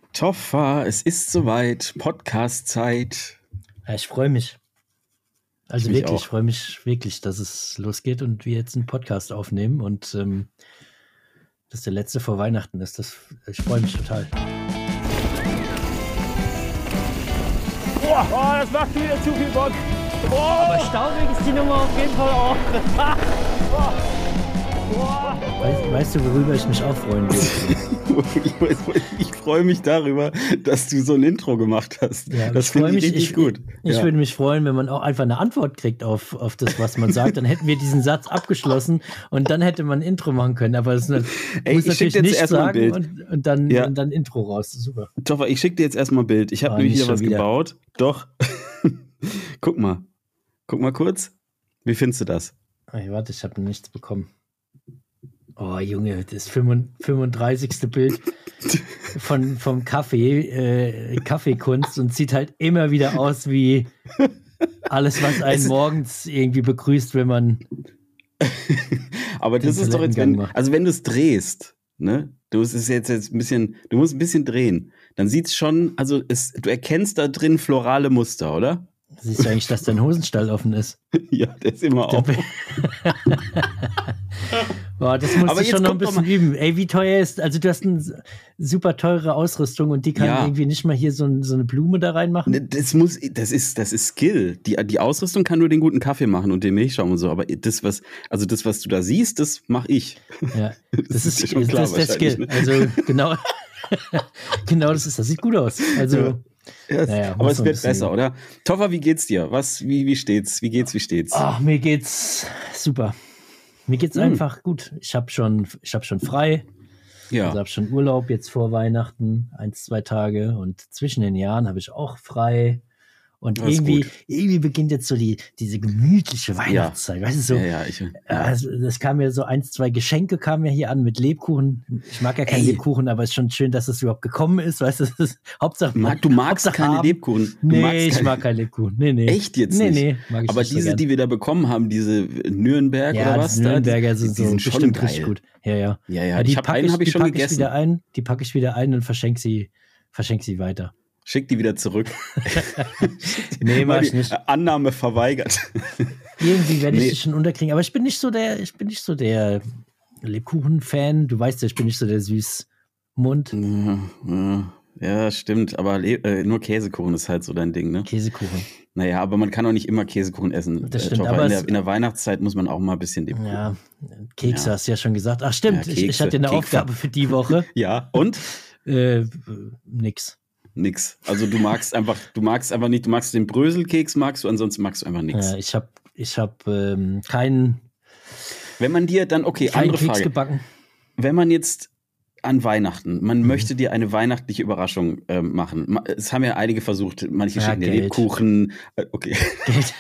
Toffa, es ist soweit. Podcast-Zeit. Ja, ich freue mich. Also Ich mich wirklich, auch. ich freue mich wirklich, dass es losgeht und wir jetzt einen Podcast aufnehmen und das der letzte vor Weihnachten ist. Ich freue mich total. Oh, das macht wieder zu viel Bock. Aber staubig ist die Nummer auf jeden Fall auch. Weißt du, worüber ich mich auch freuen würde? Ich freue mich darüber, dass du so ein Intro gemacht hast. Ja, das finde ich richtig gut. Ich würde mich freuen, wenn man auch einfach eine Antwort kriegt auf das, was man sagt. Dann hätten wir diesen Satz abgeschlossen und dann hätte man ein Intro machen können. Aber das muss ich natürlich schick dir jetzt nicht erst mal ein sagen und dann Intro raus. Super. Toffa, ich schicke dir jetzt erstmal ein Bild. Ich habe nämlich nicht wieder was schon wieder. gebaut. Doch. Guck mal kurz. Wie findest du das? Hey, warte, ich habe nichts bekommen. Oh, Junge, das 35. Bild vom Kaffeekunst und sieht halt immer wieder aus wie alles, was einen morgens irgendwie begrüßt, wenn man. Aber das ist doch jetzt, wenn du es drehst, ne? Du musst ein bisschen drehen. Dann sieht's schon, also du erkennst da drin florale Muster, oder? Siehst du eigentlich, dass dein Hosenstall offen ist? Ja, der ist immer offen. Boah, das musst Aber du schon jetzt noch ein kommt doch bisschen üben. Ey, wie teuer ist, also du hast eine super teure Ausrüstung und die kann irgendwie nicht mal hier so eine Blume da reinmachen? Das ist Skill. Die Ausrüstung kann nur den guten Kaffee machen und den Milchschaum und so, aber das, was du da siehst, das mache ich. Ja, das ist schon klar, das ist der Skill. ne? Also genau das sieht gut aus. Also Ja. naja, aber es muss man ein wird bisschen besser, üben. oder? Toffa, wie geht's dir? Wie steht's? Wie geht's? Ach, mir geht's super. Mir geht's einfach gut. Ich habe schon frei. Ja. Also habe schon Urlaub jetzt vor Weihnachten, 1-2 Tage und zwischen den Jahren habe ich auch frei. Und Das ist irgendwie beginnt jetzt so diese gemütliche Weihnachtszeit. Weißt du, so, also das kam ja so 1-2 Geschenke kamen ja hier an mit Lebkuchen. Ich mag ja keinen Lebkuchen, aber es ist schon schön, dass es überhaupt gekommen ist. Weißt du, das ist Hauptsache. Du magst Hauptsache keine haben. Lebkuchen. Ich mag keinen Lebkuchen. Nee. Echt jetzt nicht? Nee, mag ich aber nicht diese, so gern. die wir da bekommen haben, diese Nürnberg oder was? Die Nürnberger die sind so sind schon bestimmt geil. richtig gut. Ja. Ja, Die ich habe einen schon pack gegessen. Die packe ich wieder ein und verschenke sie weiter. Schick die wieder zurück. Nee, mach ich nicht. Annahme verweigert. Irgendwie werde ich die schon unterkriegen. Aber ich bin nicht so der Lebkuchen-Fan. Du weißt ja, ich bin nicht so der Süßmund. Ja, stimmt. Aber nur Käsekuchen ist halt so dein Ding, ne? Käsekuchen. Naja, aber man kann auch nicht immer Käsekuchen essen. Das stimmt, Toffa, aber in der Weihnachtszeit muss man auch mal ein bisschen Lebkuchen. Ja, Kekse hast du ja schon gesagt. Ach stimmt, Ja, ich hatte eine Aufgabe für die Woche. Ja, und? Nix. Also du magst einfach nicht, du magst den Bröselkeks, ansonsten magst du einfach nichts. Ja, ich hab keinen Wenn man dir dann, okay, andere Keks Frage. gebacken. Wenn man jetzt an Weihnachten, man möchte dir eine weihnachtliche Überraschung machen. Es haben ja einige versucht, manche schicken dir Geld. Lebkuchen. Okay. Geld.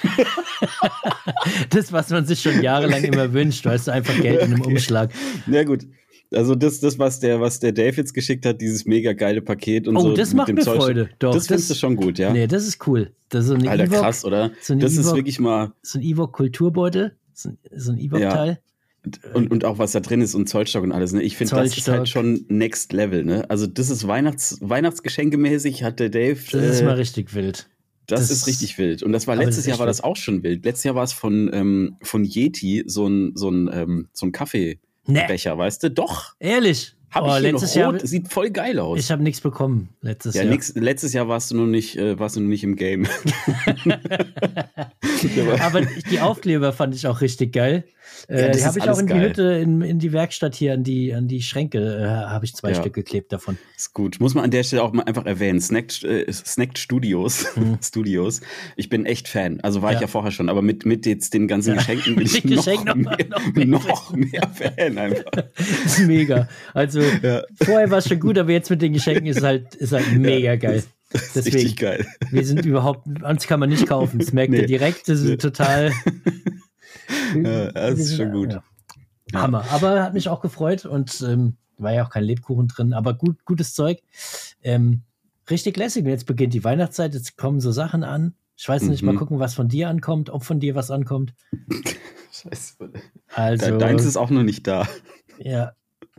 Das, was man sich schon jahrelang immer wünscht, weißt du, einfach Geld in einem Umschlag. Na gut. Also das was der Dave jetzt geschickt hat, dieses mega geile Paket und so. Oh, das macht mir Freude. Doch, das findest du schon gut, ja? Nee, das ist cool. Das ist so eine Alter, Evok, krass, oder? So eine das ist Evok, wirklich mal. So ein Evok-Kulturbeutel. So ein Evok-Teil. Und auch was da drin ist und Zollstock und alles. Ne? Ich finde, das ist halt schon Next Level. Ne? Also das ist Weihnachtsgeschenkemäßig, hat der Dave. Das ist mal richtig wild. Das ist richtig wild. Und das war letztes Jahr war das auch schon wild. Letztes Jahr war es von Yeti so ein Kaffeebecher, weißt du? Doch. Ehrlich? Hab ich hier noch rot, sieht voll geil aus. Ich habe nichts bekommen letztes Jahr. Letztes Jahr warst du noch nicht im Game. Aber die Aufkleber fand ich auch richtig geil. Die habe ich auch in die Hütte, in die Werkstatt hier, an die Schränke, habe ich 2 Stück geklebt davon. Ist gut. Muss man an der Stelle auch mal einfach erwähnen. Snacked Studios. Studios. Ich bin echt Fan. Also war ich ja vorher schon, aber mit jetzt den ganzen Geschenken bin ich noch mehr Fan einfach. Das ist mega. Also vorher war es schon gut, aber jetzt mit den Geschenken ist halt mega geil. Das ist richtig geil. Wir sind uns kann man nicht kaufen. Das merkt ihr direkt. Das ist total. Das ist schon gut. Ja. Hammer. Aber hat mich auch gefreut und war ja auch kein Lebkuchen drin, aber gutes Zeug. Richtig lässig. Und jetzt beginnt die Weihnachtszeit, jetzt kommen so Sachen an. Ich weiß nicht, mal gucken, was von dir ankommt, ob von dir was ankommt. Scheiße. Also, Deins ist auch noch nicht da. Ja.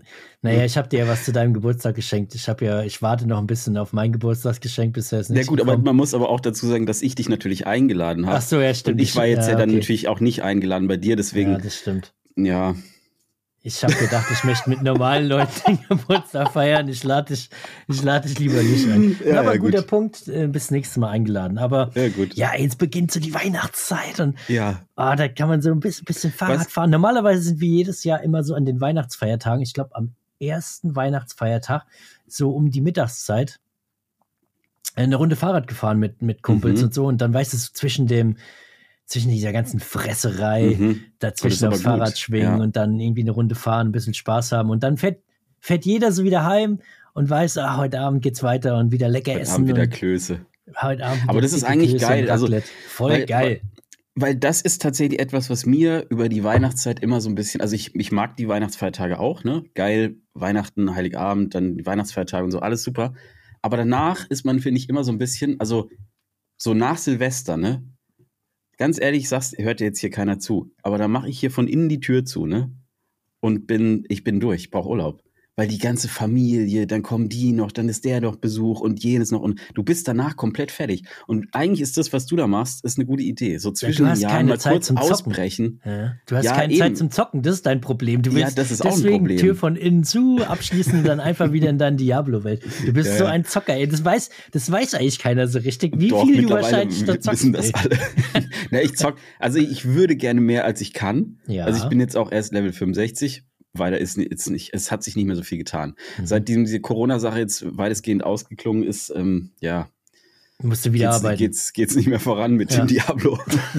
Naja, ich habe dir ja was zu deinem Geburtstag geschenkt. Ich warte noch ein bisschen auf mein Geburtstagsgeschenk, bisher ist nicht. Ja gut, aber man muss aber auch dazu sagen, dass ich dich natürlich eingeladen habe. Ach so, ja, stimmt. Und ich war jetzt ja dann natürlich auch nicht eingeladen bei dir, deswegen. Ja, das stimmt. Ja. Ich habe gedacht, ich möchte mit normalen Leuten den Geburtstag feiern. Ich lade dich lieber nicht ein. Ja, aber guter Punkt, bis nächstes Mal eingeladen. Aber ja, jetzt beginnt so die Weihnachtszeit und da kann man so ein bisschen Fahrrad fahren. Normalerweise sind wir jedes Jahr immer so an den Weihnachtsfeiertagen. Ich glaube, am ersten Weihnachtsfeiertag, so um die Mittagszeit, eine Runde Fahrrad gefahren mit Kumpels und so. Und dann weißt du, zwischen dieser ganzen Fresserei, dazwischen aufs Fahrrad schwingen und dann irgendwie eine Runde fahren, ein bisschen Spaß haben. Und dann fährt jeder so wieder heim und weiß, heute Abend geht's weiter und wieder lecker essen. Heute Abend wieder Klöße. Heute Abend aber das ist eigentlich geil. Also, voll geil. Weil das ist tatsächlich etwas, was mir über die Weihnachtszeit immer so ein bisschen, also ich mag die Weihnachtsfeiertage auch, ne? Geil, Weihnachten, Heiligabend, dann die Weihnachtsfeiertage und so, alles super. Aber danach ist man, finde ich, immer so ein bisschen, also so nach Silvester, ne? Ganz ehrlich, hört jetzt hier keiner zu, aber da mache ich hier von innen die Tür zu, ne? Und ich bin durch, ich brauche Urlaub. Weil die ganze Familie, dann kommen die noch, dann ist der noch Besuch und jenes noch und du bist danach komplett fertig. Und eigentlich ist das, was du da machst, ist eine gute Idee. So zwischen den Jahren mal kurz ausbrechen. Ja. Du hast keine Zeit zum Zocken, das ist dein Problem. Du willst das ist auch ein Problem. Tür von innen zu, abschließen und dann einfach wieder in deine Diablo-Welt. Du bist so ein Zocker, ey. Das weiß eigentlich keiner so richtig, wie viel du wahrscheinlich da zockst. Wissen das alle. Ich zock, also ich würde gerne mehr, als ich kann. Ja. Also ich bin jetzt auch erst Level 65. Weil es hat sich nicht mehr so viel getan. Seitdem diese Corona-Sache jetzt weitestgehend ausgeklungen ist, musst du wieder arbeiten. Geht's nicht mehr voran mit dem Diablo.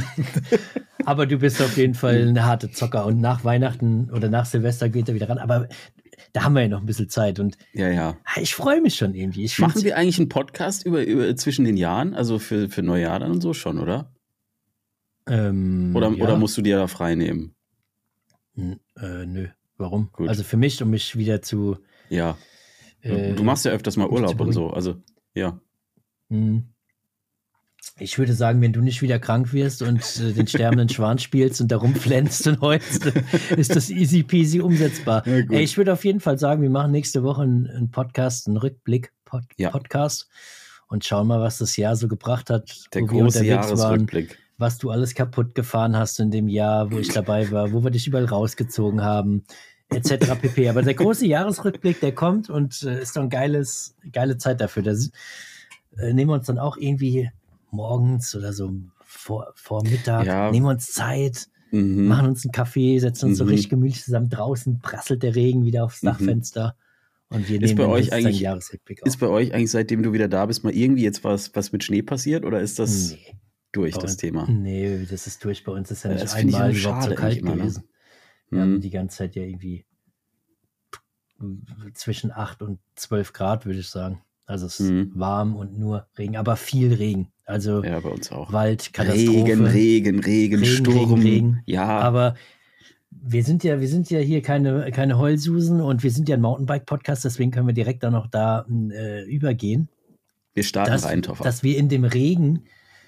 Aber du bist auf jeden Fall eine harte Zocker und nach Weihnachten oder nach Silvester geht er wieder ran. Aber da haben wir ja noch ein bisschen Zeit und ich freue mich schon irgendwie. Machen wir eigentlich einen Podcast über zwischen den Jahren, also für Neujahr dann und so schon, oder? Oder musst du dir da frei nehmen? Nö. Warum? Gut. Also für mich, um mich wieder zu... Ja. Du machst ja öfters mal Urlaub und so, also ja. Ich würde sagen, wenn du nicht wieder krank wirst und den sterbenden Schwan spielst und da rumflänzt und heulst, ist das easy peasy umsetzbar. Ja, ich würde auf jeden Fall sagen, wir machen nächste Woche einen Podcast, einen Rückblick-Podcast und schauen mal, was das Jahr so gebracht hat. Der große Jahresrückblick. Was du alles kaputt gefahren hast in dem Jahr, wo ich dabei war, wo wir dich überall rausgezogen haben, etc. pp. Aber der große Jahresrückblick, der kommt und ist doch geile Zeit dafür. Da nehmen wir uns dann auch irgendwie morgens oder so vor Mittag, nehmen wir uns Zeit, machen uns einen Kaffee, setzen uns so richtig gemütlich zusammen. Draußen prasselt der Regen wieder aufs Dachfenster. Und wir nehmen den Jahresrückblick auf. Ist bei euch eigentlich, seitdem du wieder da bist, mal irgendwie jetzt was mit Schnee passiert oder ist das... durch das Thema? Nee, das ist durch. Bei uns ist ja nicht einmal überhaupt so kalt gewesen. Wir haben die ganze Zeit ja irgendwie zwischen 8 und 12 Grad, würde ich sagen. Also es ist warm und nur Regen, aber viel Regen. Also bei uns auch. Wald, Katastrophe. Regen, Sturm. Regen. Ja. Aber wir sind ja hier keine Heulsusen und wir sind ja ein Mountainbike-Podcast, deswegen können wir direkt dann noch da übergehen. Wir starten rein, Toffer. Dass wir in dem Regen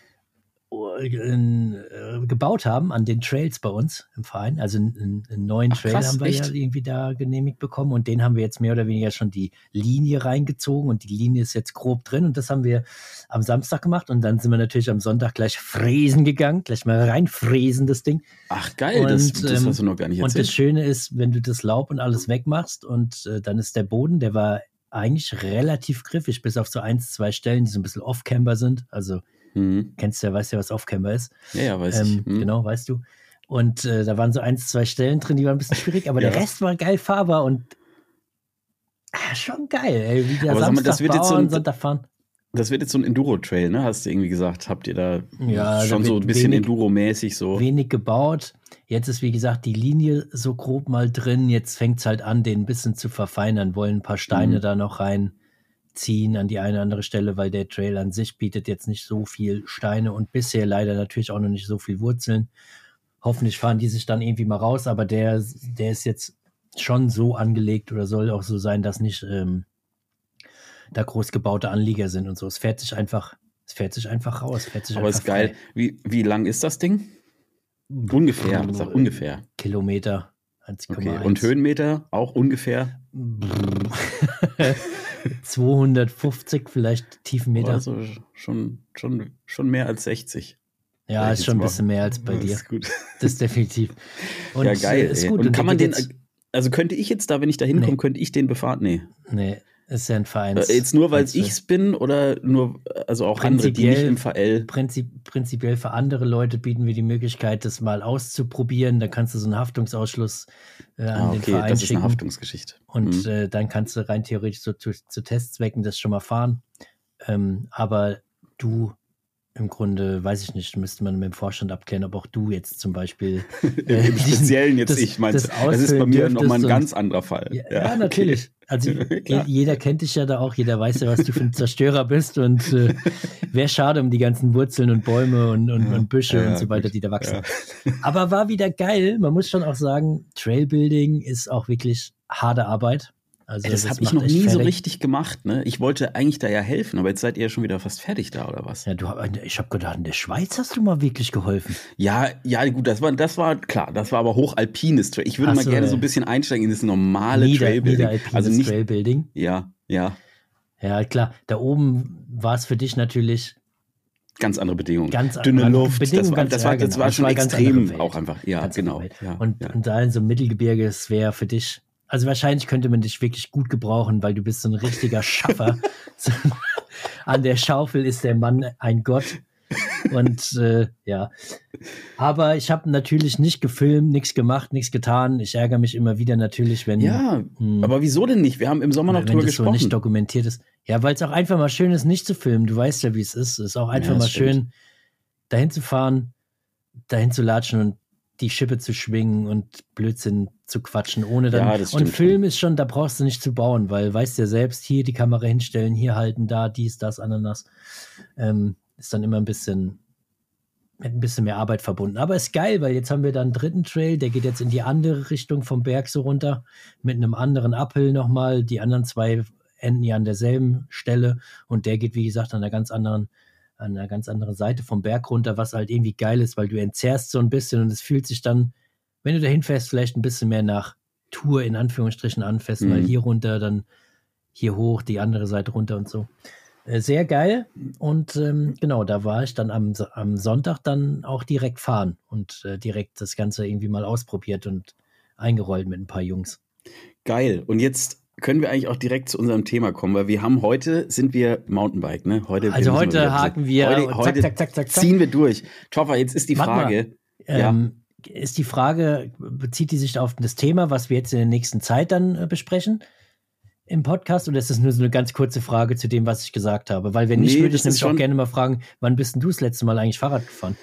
gebaut haben an den Trails bei uns im Verein. Also einen neuen Trail krass, haben wir ja irgendwie da genehmigt bekommen und den haben wir jetzt mehr oder weniger schon die Linie reingezogen und die Linie ist jetzt grob drin und das haben wir am Samstag gemacht und dann sind wir natürlich am Sonntag gleich fräsen gegangen, gleich mal reinfräsen das Ding. Ach geil, und, das hast du noch gar nicht erzählt. Und das Schöne ist, wenn du das Laub und alles wegmachst und dann ist der Boden, der war eigentlich relativ griffig, bis auf so 1-2 Stellen, die so ein bisschen off-camber sind, also weißt ja, was Off-Camber ist. Ja, weiß ich. Genau, weißt du. Und da waren so 1-2 Stellen drin, die waren ein bisschen schwierig, aber der Rest war geil fahrbar und schon geil, ey. Wie der aber Samstag sag mal, bauen, Sonntag fahren. Das wird jetzt so ein Enduro-Trail, ne? Hast du irgendwie gesagt. Habt ihr da schon so ein bisschen Enduro-mäßig so? Wenig gebaut. Jetzt ist, wie gesagt, die Linie so grob mal drin. Jetzt fängt es halt an, den ein bisschen zu verfeinern. Wollen ein paar Steine da noch reinziehen an die eine oder andere Stelle, weil der Trail an sich bietet jetzt nicht so viel Steine und bisher leider natürlich auch noch nicht so viel Wurzeln. Hoffentlich fahren die sich dann irgendwie mal raus, aber der ist jetzt schon so angelegt oder soll auch so sein, dass nicht da groß gebaute Anlieger sind und so. Es fährt sich einfach raus. Aber ist geil. Wie lang ist das Ding? Ungefähr, sag ungefähr. Kilometer. 1,1. Okay. Und Höhenmeter auch ungefähr? 250 vielleicht Tiefenmeter. Also schon mehr als 60. Ja, ist schon ein bisschen mehr als bei dir. Das ist gut. Das ist definitiv. Und ja, geil. Ist gut. Und kann man den, also könnte ich jetzt da, wenn ich da hinkomme, könnte ich den befahren? Nee, ist ja ein Verein. Jetzt nur, weil ich's bin oder nur, also auch andere, die nicht im VL? Prinzipiell für andere Leute bieten wir die Möglichkeit, das mal auszuprobieren. Da kannst du so einen Haftungsausschluss an den Verein schicken. Das ist eine Haftungsgeschichte. Und dann kannst du rein theoretisch so zu Testzwecken das schon mal fahren. Aber du im Grunde, weiß ich nicht, müsste man mit dem Vorstand abklären, ob auch du jetzt zum Beispiel im Speziellen jetzt ich meinte, das ist bei mir nochmal ein ganz anderer Fall. Ja, natürlich. Also jeder kennt dich ja da auch, jeder weiß ja, was du für ein Zerstörer bist und wäre schade um die ganzen Wurzeln und Bäume und Büsche und so weiter, die da wachsen. Ja. Aber war wieder geil. Man muss schon auch sagen, Trailbuilding ist auch wirklich harte Arbeit. Also das habe ich noch nie so richtig gemacht, ne? Ich wollte eigentlich da ja helfen, aber jetzt seid ihr ja schon wieder fast fertig da, oder was? Ja, ich habe gedacht, in der Schweiz hast du mal wirklich geholfen. Ja, gut, das war klar, das war aber hochalpines Trail. Ich würde mal gerne so ein bisschen einsteigen in das normale Trailbuilding. Also nicht Trailbuilding. Ja. Ja, klar. Da oben war es für dich natürlich ganz andere Bedingungen. Ganz dünne Luft. Bedingungen, das war schon extrem auch einfach. Ja, ganz genau. Ja, und da in so einem Mittelgebirge, es wäre für dich. Also wahrscheinlich könnte man dich wirklich gut gebrauchen, weil du bist so ein richtiger Schaffer. An der Schaufel ist der Mann ein Gott. Und aber ich habe natürlich nicht gefilmt, nichts gemacht, nichts getan. Ich ärgere mich immer wieder natürlich, wenn... Ja, aber wieso denn nicht? Wir haben im Sommer noch drüber gesprochen. Wenn das so nicht dokumentiert ist. Ja, weil es auch einfach mal schön ist, nicht zu filmen. Du weißt ja, wie es ist. Es ist auch einfach mal schön, dahin zu fahren, dahin zu latschen und die Schippe zu schwingen und Blödsinn zu quatschen, ohne dann. Ja, und Film ist schon, da brauchst du nicht zu bauen, weil weißt ja selbst, hier die Kamera hinstellen, hier halten, da, dies, das, Ananas. Ist dann immer mit ein bisschen mehr Arbeit verbunden. Aber ist geil, weil jetzt haben wir da einen dritten Trail, der geht jetzt in die andere Richtung vom Berg so runter, mit einem anderen Uphill nochmal. Die anderen zwei enden ja an derselben Stelle und der geht, wie gesagt, an einer ganz anderen Seite vom Berg runter, was halt irgendwie geil ist, weil du entzerrst so ein bisschen und es fühlt sich dann, wenn du dahin fährst, vielleicht ein bisschen mehr nach Tour in Anführungsstrichen anfährst, weil hier runter, dann hier hoch, die andere Seite runter und so. Sehr geil und genau, da war ich dann am Sonntag dann auch direkt fahren und direkt das Ganze irgendwie mal ausprobiert und eingerollt mit ein paar Jungs. Geil. Und jetzt können wir eigentlich auch direkt zu unserem Thema kommen, weil heute sind wir Mountainbike, ne? Heute haken wir, zack, ziehen wir durch. Toffer, jetzt ist die Frage. Ist die Frage, bezieht die sich auf das Thema, was wir jetzt in der nächsten Zeit dann besprechen im Podcast, oder ist das nur so eine ganz kurze Frage zu dem, was ich gesagt habe? Weil wenn nicht, würde ich nämlich auch gerne mal fragen, wann bist denn du das letzte Mal eigentlich Fahrrad gefahren?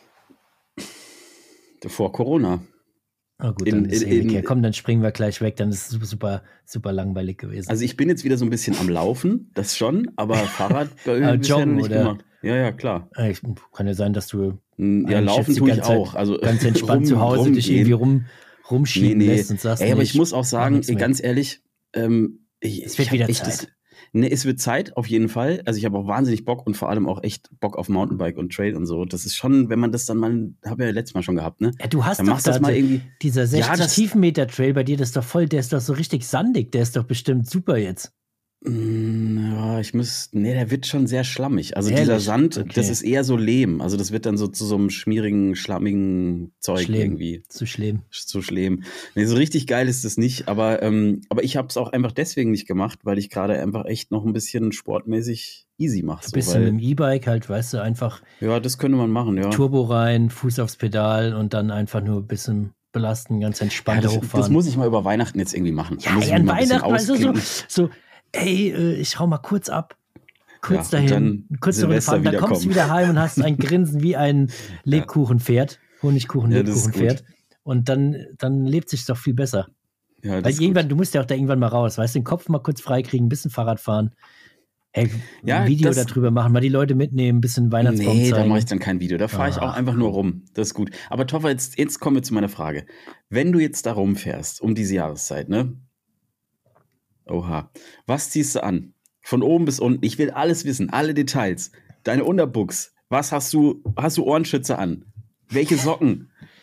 Vor Corona. Oh gut, dann ist ewig. Komm, dann springen wir gleich weg, dann ist es super, super langweilig gewesen. Also ich bin jetzt wieder so ein bisschen am Laufen, das schon, aber Fahrrad joggen nicht oder? Gemacht. Ja, klar. Kann ja sein, dass du laufen tue ich auch. Also ganz entspannt zu Hause dich irgendwie rumschieben lässt und sagst, aber ich muss auch sagen, ganz ehrlich, es wird wieder Zeit. Es wird Zeit, auf jeden Fall. Also ich habe auch wahnsinnig Bock und vor allem auch echt Bock auf Mountainbike und Trail und so. Das ist schon, wenn man das dann mal, habe ja letztes Mal schon gehabt, ne? Ja, du hast dann doch machst das mal irgendwie. Dieser 60 Tiefenmeter Trail bei dir, das ist doch voll, der ist doch so richtig sandig, der ist doch bestimmt super jetzt. Ja, der wird schon sehr schlammig. Also dieser Sand, das ist eher so Lehm. Also das wird dann so zu so einem schmierigen, schlammigen Zeug irgendwie. Zu Schlehm. Nee, so richtig geil ist das nicht, aber ich habe es auch einfach deswegen nicht gemacht, weil ich gerade einfach echt noch ein bisschen sportmäßig easy mache. Ein bisschen mit dem E-Bike halt, weißt du, einfach. Ja, das könnte man machen, ja. Turbo rein, Fuß aufs Pedal und dann einfach nur ein bisschen belasten, ganz entspannt hochfahren. Das muss ich mal über Weihnachten jetzt irgendwie machen. Ja, an Weihnachten, also so ich hau mal kurz ab, dahin, kurz darüber fahren, dann kommst du wieder heim und hast ein Grinsen wie ein Lebkuchenpferd, Honigkuchen-Lebkuchenpferd und dann lebt sich's doch viel besser. Ja, weil irgendwann, du musst ja auch da irgendwann mal raus, weißt du, den Kopf mal kurz freikriegen, ein bisschen Fahrrad fahren, ein Video darüber machen, mal die Leute mitnehmen, ein bisschen Weihnachtsbaum zeigen. Da mache ich dann kein Video, da fahre ich auch einfach nur rum, das ist gut. Aber Toffer, jetzt kommen wir zu meiner Frage. Wenn du jetzt da rumfährst, um diese Jahreszeit, ne? Oha. Was ziehst du an? Von oben bis unten. Ich will alles wissen, alle Details. Deine Unterbuchs. Was hast du? Hast du Ohrenschützer an? Welche Socken?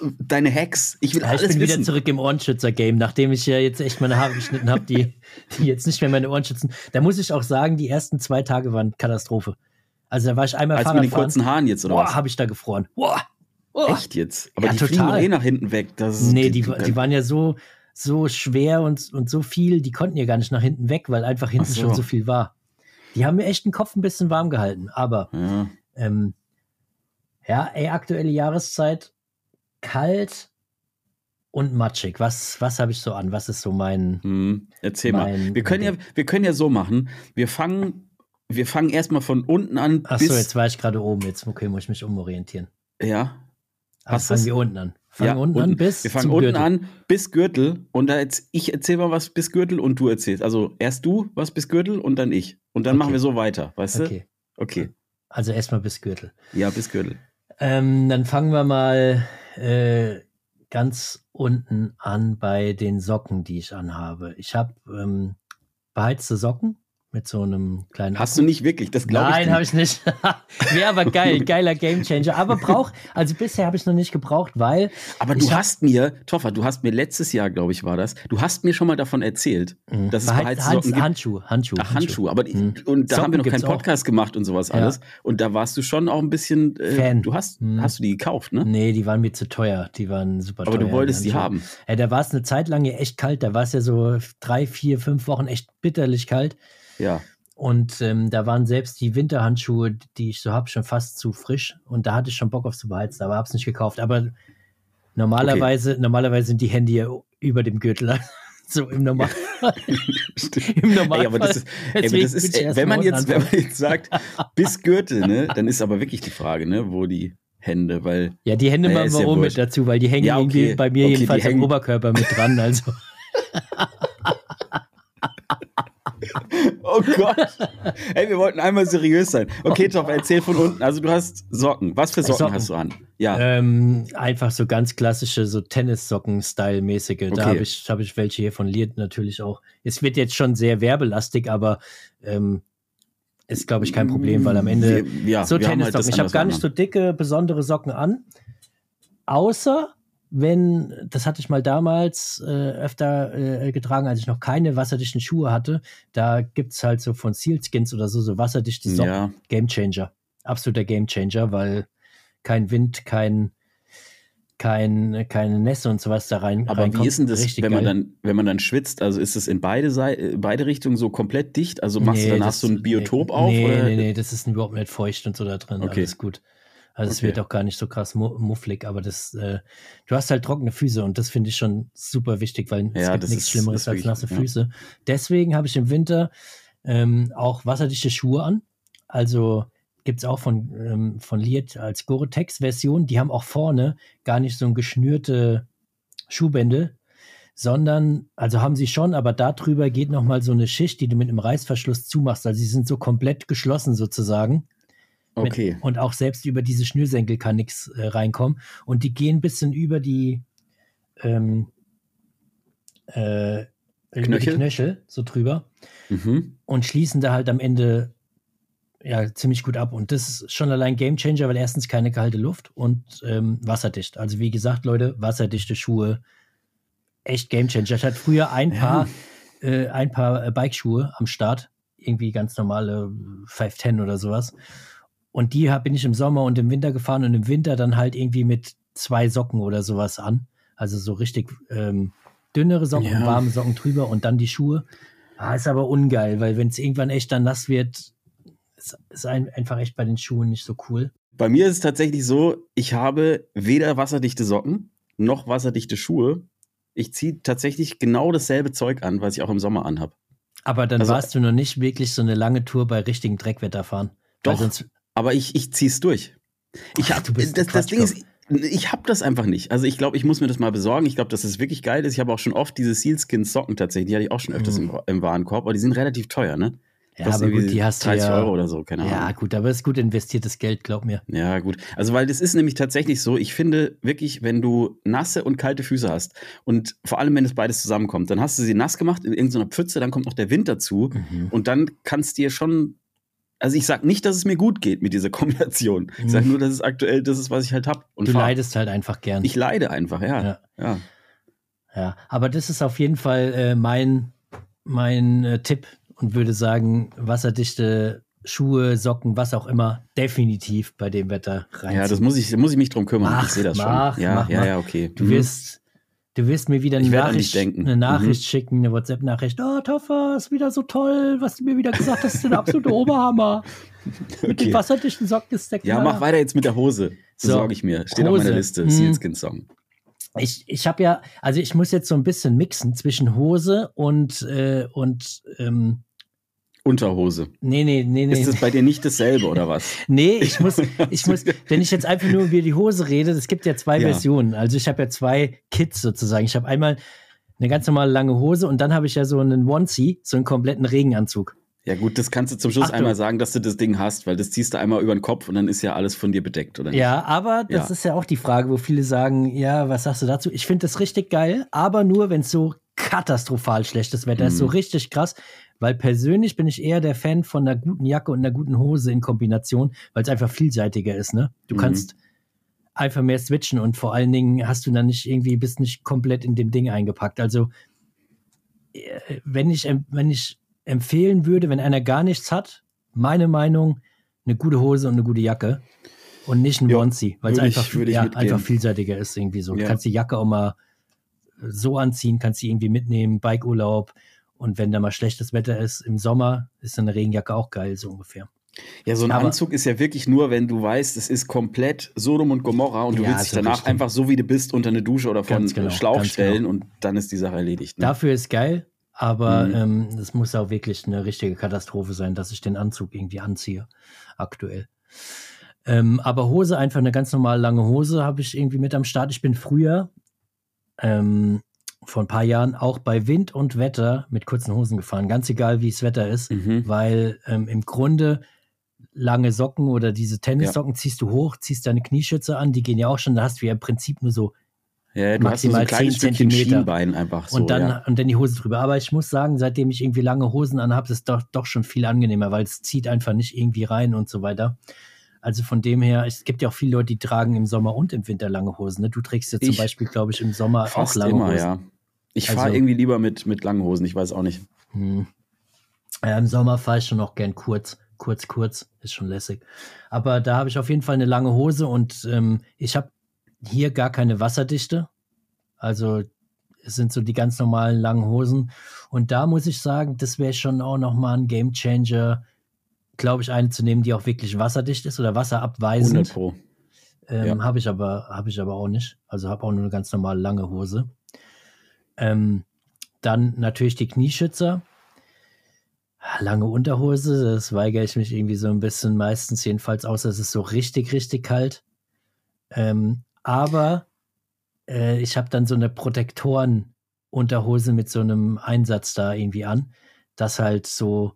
deine Hacks. Ich will alles wissen. Ich bin wissen. wieder zurück im Ohrenschützer-Game, nachdem ich ja jetzt echt meine Haare geschnitten habe, die jetzt nicht mehr meine Ohren schützen. Da muss ich auch sagen, die ersten 2 Tage waren Katastrophe. Also da war ich einmal Fahrradfahren. Als mit den kurzen Haaren jetzt, oder was? Habe ich da gefroren. Boah. Echt jetzt? Aber ja, die fliegen doch nach hinten weg. Die waren ja so schwer und so viel, die konnten ja gar nicht nach hinten weg, weil einfach hinten schon so viel war. Die haben mir echt den Kopf ein bisschen warm gehalten. Aber aktuelle Jahreszeit, kalt und matschig. Was habe ich so an? Was ist so mein... Erzähl mal. Wir können ja so machen. Wir fangen erstmal von unten an. Achso, jetzt war ich gerade oben. Jetzt muss ich mich umorientieren. Ja. Also fangen wir unten an. Wir fangen unten an bis Gürtel. Und ich erzähle mal was bis Gürtel und du erzählst. Also erst du was bis Gürtel und dann ich. Und dann machen wir so weiter, weißt du? Okay. Also erstmal bis Gürtel. Ja, bis Gürtel. Dann fangen wir mal ganz unten an bei den Socken, die ich anhabe. Ich habe beheizte Socken mit so einem kleinen... Hast du nicht wirklich? Das glaube ich nicht. Nein, habe ich nicht. Wäre aber geil. Geiler Gamechanger. Aber also bisher habe ich es noch nicht gebraucht, weil... Aber du hast mir letztes Jahr, glaube ich, war das, du hast mir schon mal davon erzählt, dass es beheizte Socken gibt. Handschuhe. Ach, Handschuhe. Aber und da haben wir noch keinen Podcast gemacht und sowas alles. Und da warst du schon auch ein bisschen... Fan. Hast du die gekauft, ne? Nee, die waren mir zu teuer. Die waren super teuer. Aber du wolltest die haben. Ja, da war es eine Zeit lang ja echt kalt. Da war es ja so 3, 4, 5 Wochen echt bitterlich kalt. Ja. Und da waren selbst die Winterhandschuhe, die ich so habe, schon fast zu frisch. Und da hatte ich schon Bock auf zu beheizen, aber habe es nicht gekauft. Aber normalerweise sind die Hände ja über dem Gürtel. So im Normalfall. Im Normalfall. Aber das ist wenn man jetzt sagt, bis Gürtel, ne, dann ist aber wirklich die Frage, ne, wo die Hände, weil... Ja, die Hände machen wir mit dazu, weil die hängen irgendwie bei mir jedenfalls am Oberkörper mit dran. Also... Oh Gott. Ey, wir wollten einmal seriös sein. Okay, Top, erzähl von unten. Also du hast Socken. Was für Socken hast du an? Ja. Einfach so ganz klassische, so Tennissocken-Style-mäßige. Da habe ich welche hier von Liert natürlich auch. Es wird jetzt schon sehr werbelastig, aber ist, glaube ich, kein Problem, weil am Ende so Tennissocken. Halt ich habe gar nicht so dicke, besondere Socken an. Außer... das hatte ich mal damals öfter getragen, als ich noch keine wasserdichten Schuhe hatte. Da gibt es halt so von Sealskins oder so wasserdichte Socken. Ja. Gamechanger. Absoluter Gamechanger, weil kein Wind, keine Nässe und sowas da rein. Aber wie ist denn das, wenn man dann schwitzt? Also ist es in beide Richtungen so komplett dicht? Also hast du ein Biotop auf? Nee, das ist überhaupt nicht feucht und so da drin. Okay. Alles gut. Also es wird auch gar nicht so krass mufflig, aber du hast halt trockene Füße und das finde ich schon super wichtig, weil es gibt nichts Schlimmeres als nasse Füße. Deswegen habe ich im Winter auch wasserdichte Schuhe an. Also gibt es auch von Liet als Gore-Tex-Version. Die haben auch vorne gar nicht so ein geschnürte Schuhbändel, sondern, also haben sie schon, aber da drüber geht nochmal so eine Schicht, die du mit einem Reißverschluss zumachst. Also sie sind so komplett geschlossen sozusagen. Okay. Und auch selbst über diese Schnürsenkel kann nichts reinkommen. Und die gehen ein bisschen über die Knöchel so drüber und schließen da halt am Ende ziemlich gut ab. Und das ist schon allein Gamechanger, weil erstens keine kalte Luft und wasserdicht. Also wie gesagt, Leute, wasserdichte Schuhe, echt Gamechanger. Ich hatte früher ein paar Bikeschuhe am Start, irgendwie ganz normale 510 oder sowas. Und die bin ich im Sommer und im Winter gefahren und im Winter dann halt irgendwie mit 2 Socken oder sowas an. Also so richtig dünnere Socken und warme Socken drüber und dann die Schuhe. Ist aber ungeil, weil wenn es irgendwann echt dann nass wird, ist einfach echt bei den Schuhen nicht so cool. Bei mir ist es tatsächlich so, ich habe weder wasserdichte Socken noch wasserdichte Schuhe. Ich ziehe tatsächlich genau dasselbe Zeug an, was ich auch im Sommer anhabe. Aber dann warst du noch nicht wirklich so eine lange Tour bei richtigem Dreckwetter fahren. Doch, aber ich ziehe es durch. Das Ding ist, ich habe das einfach nicht. Also ich glaube, ich muss mir das mal besorgen. Ich glaube, dass das wirklich geil ist. Ich habe auch schon oft diese Sealskin-Socken tatsächlich. Die hatte ich auch schon öfters im Warenkorb. Aber die sind relativ teuer, ne? Ja, aber gut, die hast 30 Euro oder so, keine Ahnung. Ja, gut, aber es ist gut investiertes Geld, glaub mir. Ja, gut. Also, weil das ist nämlich tatsächlich so, ich finde wirklich, wenn du nasse und kalte Füße hast und vor allem, wenn es beides zusammenkommt, dann hast du sie nass gemacht in irgendeiner Pfütze, dann kommt noch der Wind dazu und dann kann es dir schon Also ich sag nicht, dass es mir gut geht mit dieser Kombination. Ich sage nur, dass es aktuell das ist, was ich halt habe. Du leidest halt einfach gern. Ich leide einfach, ja. Ja, aber das ist auf jeden Fall mein Tipp und würde sagen, wasserdichte Schuhe, Socken, was auch immer, definitiv bei dem Wetter rein. Ja, das muss ich mich drum kümmern. Ich sehe das schon. Ja, okay. Du wirst mir wieder eine Nachricht schicken, eine WhatsApp-Nachricht. Oh, Toffer, ist wieder so toll, was du mir wieder gesagt hast, ist der absolute Oberhammer. Mit den wasserdichten Socken ist der Knaller. Ja, mach weiter jetzt mit der Hose. Besorge ich mir. Steht auf meiner Liste. Sealskin-Song. Ich habe ja, also ich muss jetzt so ein bisschen mixen zwischen Hose und Unterhose. Nee. Ist das bei dir nicht dasselbe, oder was? Nee, ich muss, wenn ich jetzt einfach nur über die Hose rede, es gibt ja zwei Versionen. Also ich habe ja zwei Kits sozusagen. Ich habe einmal eine ganz normale lange Hose und dann habe ich ja so einen Onesie, so einen kompletten Regenanzug. Ja gut, das kannst du zum Schluss einmal sagen, dass du das Ding hast, weil das ziehst du einmal über den Kopf und dann ist ja alles von dir bedeckt, oder nicht? Ja, aber das ist ja auch die Frage, wo viele sagen, ja, was sagst du dazu? Ich finde das richtig geil, aber nur, wenn es so katastrophal schlechtes Wetter ist, so richtig krass. Weil persönlich bin ich eher der Fan von einer guten Jacke und einer guten Hose in Kombination, weil es einfach vielseitiger ist, ne? Du kannst einfach mehr switchen und vor allen Dingen bist nicht komplett in dem Ding eingepackt. Also, wenn ich empfehlen würde, wenn einer gar nichts hat, meine Meinung, eine gute Hose und eine gute Jacke und nicht ein Onesie, weil es einfach vielseitiger ist irgendwie so. Du kannst die Jacke auch mal so anziehen, kannst die irgendwie mitnehmen, Bikeurlaub. Und wenn da mal schlechtes Wetter ist, im Sommer ist eine Regenjacke auch geil, so ungefähr. Ja, so ein Anzug ist ja wirklich nur, wenn du weißt, es ist komplett Sodom und Gomorra und du willst dich danach einfach so, wie du bist, unter eine Dusche oder von Schlauch stellen und dann ist die Sache erledigt. Ne? Dafür ist geil, aber es muss auch wirklich eine richtige Katastrophe sein, dass ich den Anzug irgendwie anziehe, aktuell. Aber Hose, einfach eine ganz normale lange Hose habe ich irgendwie mit am Start. Ich bin früher vor ein paar Jahren auch bei Wind und Wetter mit kurzen Hosen gefahren, ganz egal wie das Wetter ist, weil im Grunde lange Socken oder diese Tennissocken ziehst du hoch, ziehst deine Knieschützer an, die gehen ja auch schon, da hast du ja im Prinzip nur so maximal 10 Zentimeter Schienbein einfach so. Und dann die Hose drüber. Aber ich muss sagen, seitdem ich irgendwie lange Hosen anhabe, ist es doch schon viel angenehmer, weil es zieht einfach nicht irgendwie rein und so weiter. Also von dem her, es gibt ja auch viele Leute, die tragen im Sommer und im Winter lange Hosen. Ne? Du trägst ja zum Beispiel, glaube ich, im Sommer auch lange Hosen. Ja. Ich fahre irgendwie lieber mit langen Hosen, ich weiß auch nicht. Ja, im Sommer fahre ich schon noch gern kurz, ist schon lässig. Aber da habe ich auf jeden Fall eine lange Hose und ich habe hier gar keine Wasserdichte. Also es sind so die ganz normalen langen Hosen. Und da muss ich sagen, das wäre schon auch nochmal ein Gamechanger, glaube ich, eine zu nehmen, die auch wirklich wasserdicht ist oder wasserabweisend. 100 Pro. Habe ich aber auch nicht. Also habe auch nur eine ganz normale lange Hose. Dann natürlich die Knieschützer. Lange Unterhose, das weigere ich mich irgendwie so ein bisschen, meistens jedenfalls, außer es ist so richtig, richtig kalt. Aber ich habe dann so eine Protektoren-Unterhose mit so einem Einsatz da irgendwie an, dass halt so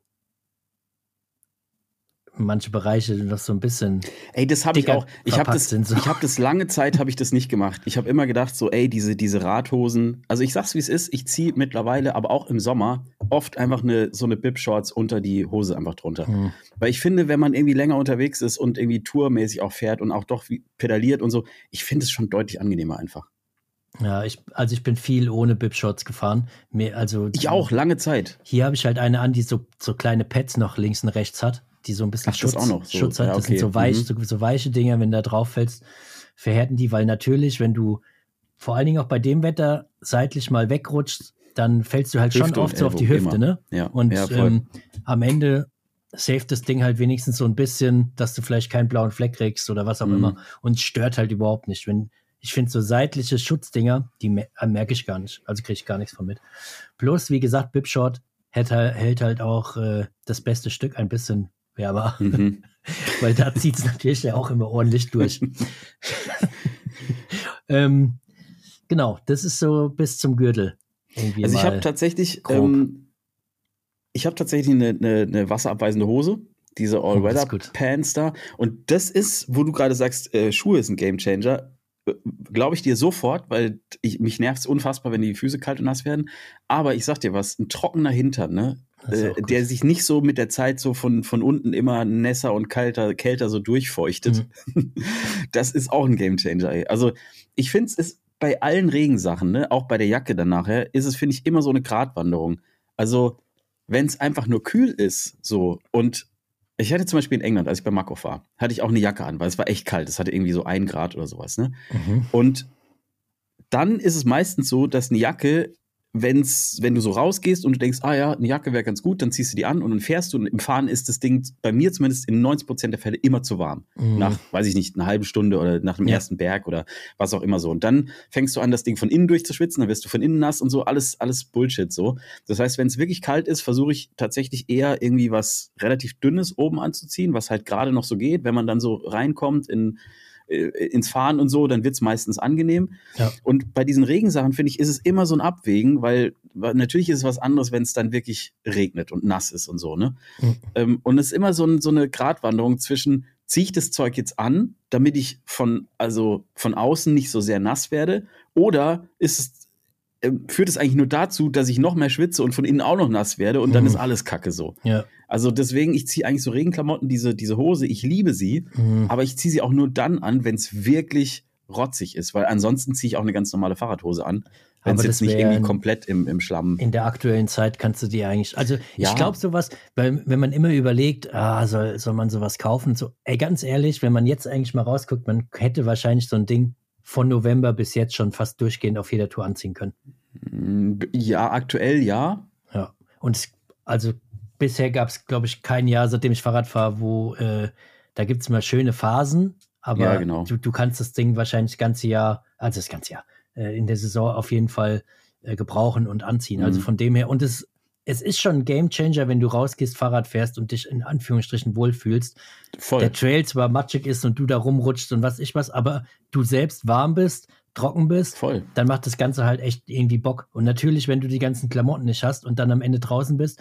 manche Bereiche noch so ein bisschen. Ey, das habe ich auch. Ich habe das lange Zeit habe ich das nicht gemacht. Ich habe immer gedacht so, ey, diese Radhosen. Also ich sag's wie es ist. Ich ziehe mittlerweile, aber auch im Sommer oft einfach so eine Bib-Shorts unter die Hose einfach drunter. Weil ich finde, wenn man irgendwie länger unterwegs ist und irgendwie tourmäßig auch fährt und auch doch pedaliert und so, ich finde es schon deutlich angenehmer einfach. Ja, ich bin viel ohne Bib-Shorts gefahren. Ich auch, lange Zeit. Hier habe ich halt eine an, die so kleine Pads noch links und rechts hat, die so ein bisschen Schutz hat. Das sind so weiche Dinger, wenn du da drauf fällst, verhärten die, weil natürlich, wenn du vor allen Dingen auch bei dem Wetter seitlich mal wegrutschst, dann fällst du halt Hüfte schon oft so auf die Hüfte, immer. Ne? Ja. Und am Ende saved das Ding halt wenigstens so ein bisschen, dass du vielleicht keinen blauen Fleck kriegst oder was auch immer. Und stört halt überhaupt nicht. Ich finde so seitliche Schutzdinger, die merke ich gar nicht. Also kriege ich gar nichts von mit. Plus, wie gesagt, Bib-Short hält halt auch das beste Stück ein bisschen wärmer. Weil da zieht es natürlich ja auch immer ordentlich durch. Genau, das ist so bis zum Gürtel. Also ich habe tatsächlich eine wasserabweisende Hose, diese All-Weather-Pants da. Und das ist, wo du gerade sagst, Schuhe ist ein Gamechanger. Glaube ich dir sofort, weil mich nervt es unfassbar, wenn die Füße kalt und nass werden. Aber ich sag dir was, ein trockener Hintern, ne? der sich nicht so mit der Zeit so von unten immer nässer und kälter so durchfeuchtet. Das ist auch ein Gamechanger, ey. Also ich finde es ist bei allen Regensachen, ne, auch bei der Jacke dann nachher, ist es, finde ich, immer so eine Gratwanderung. Also wenn es einfach nur kühl ist, so, und ich hatte zum Beispiel in England, als ich bei Makov war, hatte ich auch eine Jacke an, weil es war echt kalt. Es hatte irgendwie so 1 Grad oder sowas, ne? Und dann ist es meistens so, dass eine Jacke, wenn du so rausgehst und du denkst, eine Jacke wäre ganz gut, dann ziehst du die an und dann fährst du, und im Fahren ist das Ding bei mir zumindest in 90% der Fälle immer zu warm. Nach, weiß ich nicht, einer halben Stunde oder nach dem ersten Berg oder was auch immer so. Und dann fängst du an, das Ding von innen durchzuschwitzen, dann wirst du von innen nass und so, alles Bullshit so. Das heißt, wenn es wirklich kalt ist, versuche ich tatsächlich eher irgendwie was relativ Dünnes oben anzuziehen, was halt gerade noch so geht. Wenn man dann so reinkommt ins Fahren und so, dann wird's meistens angenehm. Ja. Und bei diesen Regensachen, finde ich, ist es immer so ein Abwägen, weil natürlich ist es was anderes, wenn es dann wirklich regnet und nass ist und so, ne? Und es ist immer so eine Gratwanderung zwischen, ziehe ich das Zeug jetzt an, damit ich von außen nicht so sehr nass werde, oder führt es eigentlich nur dazu, dass ich noch mehr schwitze und von innen auch noch nass werde und dann ist alles Kacke so. Ja. Also deswegen, ich ziehe eigentlich so Regenklamotten, diese Hose, ich liebe sie, aber ich ziehe sie auch nur dann an, wenn es wirklich rotzig ist, weil ansonsten ziehe ich auch eine ganz normale Fahrradhose an, wenn es jetzt nicht irgendwie komplett im Schlamm. In der aktuellen Zeit kannst du dir eigentlich, also ich glaube sowas, weil wenn man immer überlegt, soll man sowas kaufen, so, ey, ganz ehrlich, wenn man jetzt eigentlich mal rausguckt, man hätte wahrscheinlich so ein Ding von November bis jetzt schon fast durchgehend auf jeder Tour anziehen können. Ja, aktuell ja. Ja, und also bisher gab es, glaube ich, kein Jahr, seitdem ich Fahrrad fahre, wo da gibt es mal schöne Phasen, aber genau. du kannst das Ding wahrscheinlich das ganze Jahr in der Saison auf jeden Fall gebrauchen und anziehen. Also von dem her, und es ist schon ein Gamechanger, wenn du rausgehst, Fahrrad fährst und dich in Anführungsstrichen wohlfühlst. Voll. Der Trail zwar matschig ist und du da rumrutschst und was, aber du selbst warm bist, trocken bist, dann macht das Ganze halt echt irgendwie Bock. Und natürlich, wenn du die ganzen Klamotten nicht hast und dann am Ende draußen bist,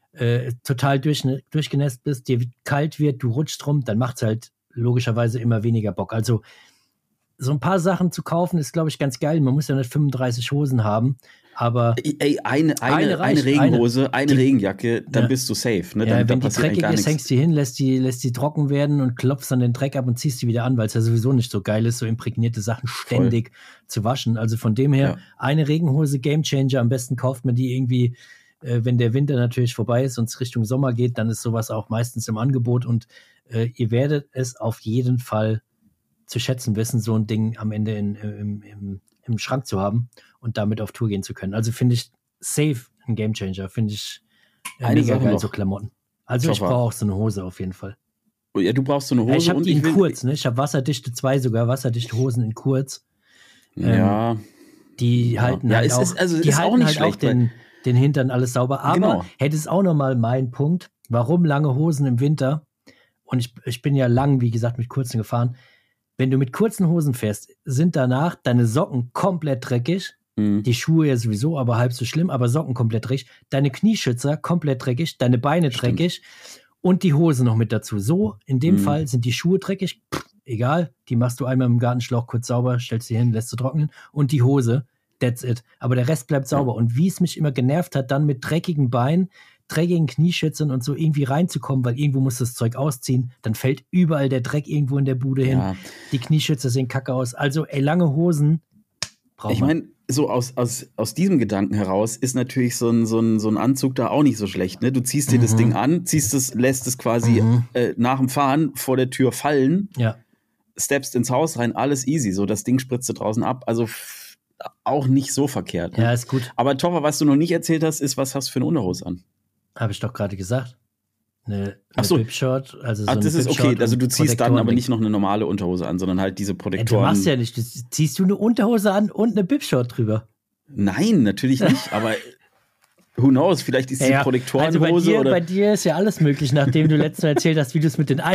total durchgenässt bist, dir kalt wird, du rutschst rum, dann macht es halt logischerweise immer weniger Bock. Also so ein paar Sachen zu kaufen ist, glaube ich, ganz geil. Man muss ja nicht 35 Hosen haben, aber eine Regenhose, eine Regenjacke, dann bist du safe. Ne? Ja, wenn die dreckig ist, hängst du hin, lässt die trocken werden und klopfst dann den Dreck ab und ziehst die wieder an, weil es ja sowieso nicht so geil ist, so imprägnierte Sachen ständig zu waschen. Also von dem her, eine Regenhose, Gamechanger, am besten kauft man die irgendwie, wenn der Winter natürlich vorbei ist und es Richtung Sommer geht, dann ist sowas auch meistens im Angebot und ihr werdet es auf jeden Fall zu schätzen wissen, so ein Ding am Ende im Schrank zu haben und damit auf Tour gehen zu können. Also finde ich safe ein Gamechanger, finde ich mega geil, so Klamotten. Also ich brauche auch so eine Hose auf jeden Fall. Oh ja, du brauchst so eine Hose. Ich habe die in kurz, ne? Ich habe wasserdichte Hosen in kurz. Ja. Die halten halt auch, die halten halt auch den Hintern alles sauber. Aber hätte es auch nochmal mein Punkt, warum lange Hosen im Winter, und ich bin ja lang, wie gesagt, mit kurzen gefahren. Wenn du mit kurzen Hosen fährst, sind danach deine Socken komplett dreckig. Die Schuhe ja sowieso, aber halb so schlimm, aber Socken komplett dreckig. Deine Knieschützer komplett dreckig, deine Beine dreckig und die Hose noch mit dazu. So, in dem Fall sind die Schuhe dreckig, egal, die machst du einmal im Gartenschlauch kurz sauber, stellst sie hin, lässt sie trocknen und die Hose, that's it. Aber der Rest bleibt sauber. Und wie es mich immer genervt hat, dann mit dreckigen Beinen, dreckigen Knieschützern und so irgendwie reinzukommen, weil irgendwo muss das Zeug ausziehen, dann fällt überall der Dreck irgendwo in der Bude hin. Die Knieschützer sehen kacke aus. Also, lange Hosen braucht man. Ich meine, so aus diesem Gedanken heraus ist natürlich so ein Anzug da auch nicht so schlecht. Ne? Du ziehst dir das Ding an, lässt es quasi nach dem Fahren vor der Tür fallen, steppst ins Haus rein, alles easy. So, das Ding spritzt du draußen ab. Also auch nicht so verkehrt. Ne? Ja, ist gut. Aber Toffer, was du noch nicht erzählt hast, ist, was hast du für eine Unterhose an? Habe ich doch gerade gesagt. Eine Bib-Short. Also so das ist okay. Also du ziehst dann aber nicht noch eine normale Unterhose an, sondern halt diese Protektoren. Du machst ja nicht. Ziehst du eine Unterhose an und eine Bib-Short drüber? Nein, natürlich nicht. Aber who knows? Vielleicht ist die Protektorenhose also bei dir ist ja alles möglich, nachdem du letztens erzählt hast, wie du es mit den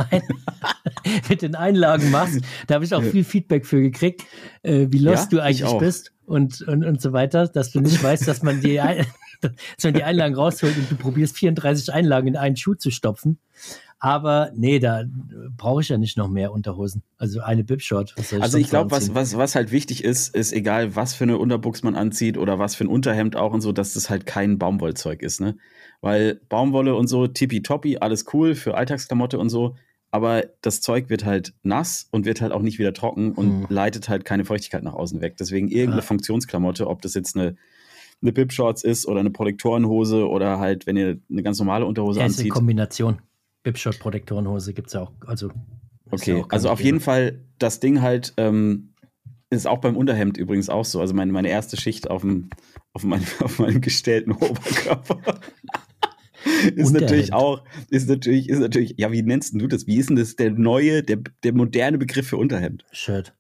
Einlagen machst. Da habe ich auch viel Feedback für gekriegt, wie lost du eigentlich bist und so weiter, dass du nicht weißt, dass man die Einlagen rausholt und du probierst 34 Einlagen in einen Schuh zu stopfen. Aber nee, da brauche ich ja nicht noch mehr Unterhosen. Also eine Bib-Short. Also ich glaube, was halt wichtig ist egal, was für eine Unterbuchs man anzieht oder was für ein Unterhemd auch und so, dass das halt kein Baumwollzeug ist, ne? Weil Baumwolle und so, tippitoppi, alles cool für Alltagsklamotte und so, aber das Zeug wird halt nass und wird halt auch nicht wieder trocken und leitet halt keine Feuchtigkeit nach außen weg. Deswegen irgendeine Funktionsklamotte, ob das jetzt eine Bib-Shorts ist oder eine Protektorenhose oder halt, wenn ihr eine ganz normale Unterhose anzieht. Ist eine Kombination. Bib-Short-Protektorenhose gibt es ja auch. Also okay, also auf jeden Fall das Ding halt ist auch beim Unterhemd übrigens auch so. Also meine erste Schicht auf meinem gestellten Oberkörper ist natürlich, ja, wie nennst du das? Wie ist denn das der moderne Begriff für Unterhemd? Shirt.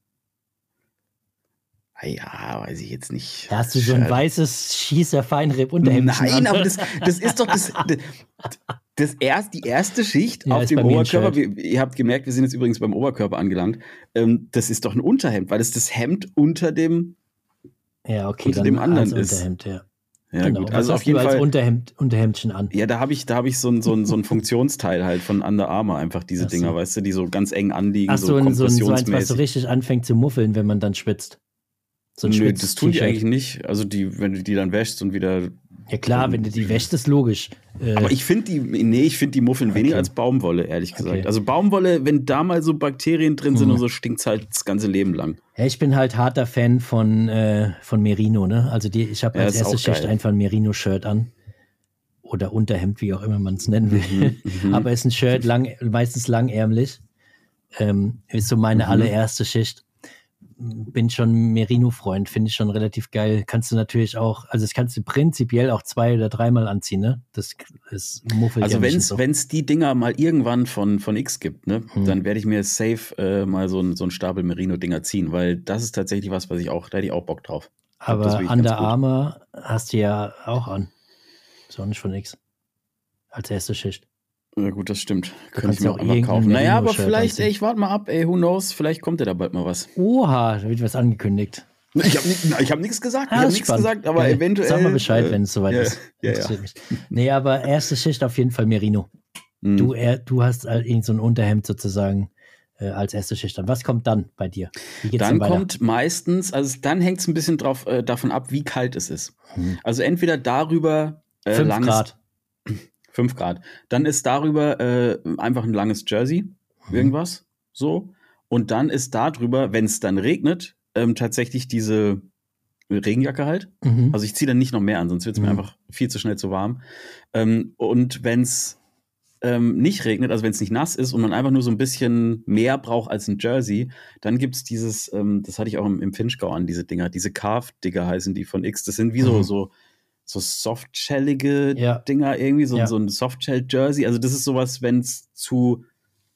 Ja, weiß ich jetzt nicht. Da hast du so ein weißes Schießer-Feinripp-Unterhemd. Nein, aber das ist doch die erste Schicht auf dem Oberkörper. Ihr habt gemerkt, wir sind jetzt übrigens beim Oberkörper angelangt. Das ist doch ein Unterhemd, weil es das Hemd unter dem anderen ist. Unterhemd, ja. Ja, genau. Gut. Was also hast auf jeden du als Fall Unterhemdchen an. Ja, da habe ich so ein Funktionsteil halt von Under Armour, einfach diese Dinger, weißt du, die so ganz eng anliegen, Ach so eins, was so richtig anfängt zu muffeln, wenn man dann schwitzt. So Nö, das tun die eigentlich nicht. Also wenn du die dann wäschst und wieder. Ja klar, wenn du die wäschst, ist logisch. Aber ich finde die muffeln weniger als Baumwolle, ehrlich gesagt. Okay. Also Baumwolle, wenn da mal so Bakterien drin sind und so, stinkt's halt das ganze Leben lang. Ja, ich bin halt harter Fan von Merino, ne? Also ich habe als erste Schicht einfach ein Merino-Shirt an. Oder Unterhemd, wie auch immer man es nennen will. Aber ist ein Shirt, meistens langärmlich. Ist so meine allererste Schicht. Bin schon Merino-Freund, finde ich schon relativ geil. Kannst du natürlich auch, also das kannst du prinzipiell auch 2- oder 3-mal anziehen, ne? Das ist muffelt. Also wenn es die Dinger mal irgendwann von X gibt, ne, dann werde ich mir safe mal so ein Stapel Merino-Dinger ziehen, weil das ist tatsächlich was da hätte ich auch Bock drauf. Aber Under Armour hast du ja auch an. Ist auch nicht von X. Als erste Schicht. Ja gut, das stimmt. Könnte ich mir auch einfach kaufen. Naja, aber vielleicht, ich warte mal ab, who knows, vielleicht kommt ja da bald mal was. Oha, da wird was angekündigt. Ich hab nichts gesagt, aber eventuell. Sag mal Bescheid, wenn es soweit ist. Ja. Nee, aber erste Schicht auf jeden Fall Merino. Du hast halt irgend so ein Unterhemd sozusagen als erste Schicht an. Was kommt dann bei dir? Dann kommt meistens, also dann hängt es ein bisschen davon ab, wie kalt es ist. Also entweder darüber 5 Grad. 5 Grad. Dann ist darüber einfach ein langes Jersey, irgendwas, so. Und dann ist darüber, wenn es dann regnet, tatsächlich diese Regenjacke halt. Also ich ziehe dann nicht noch mehr an, sonst wird es mir einfach viel zu schnell zu warm. Und wenn es nicht regnet, also wenn es nicht nass ist und man einfach nur so ein bisschen mehr braucht als ein Jersey, dann gibt es dieses, das hatte ich auch im Finchgau an, diese Dinger, diese Carve-Digger heißen die von X. Das sind wie so softshellige Dinger irgendwie, so ein Softshell-Jersey. Also das ist sowas, wenn es zu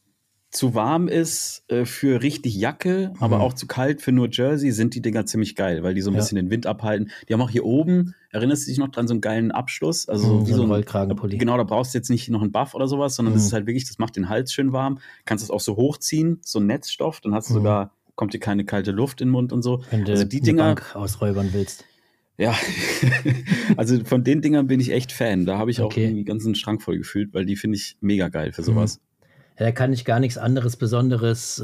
warm ist für richtig Jacke, aber auch zu kalt für nur Jersey, sind die Dinger ziemlich geil, weil die so ein bisschen den Wind abhalten. Die haben auch hier oben, erinnerst du dich noch dran, so einen geilen Abschluss? Also wie so ein Rollkragenpulli. Genau, da brauchst du jetzt nicht noch einen Buff oder sowas, sondern das ist halt wirklich, das macht den Hals schön warm. Kannst es auch so hochziehen, so ein Netzstoff, dann hast du sogar, kommt dir keine kalte Luft in den Mund und so. Wenn du die Dinger Bank ausräubern willst. Ja, also von den Dingern bin ich echt Fan. Da habe ich auch irgendwie den ganzen Schrank voll gefühlt, weil die finde ich mega geil für sowas. Ja, da kann ich gar nichts anderes Besonderes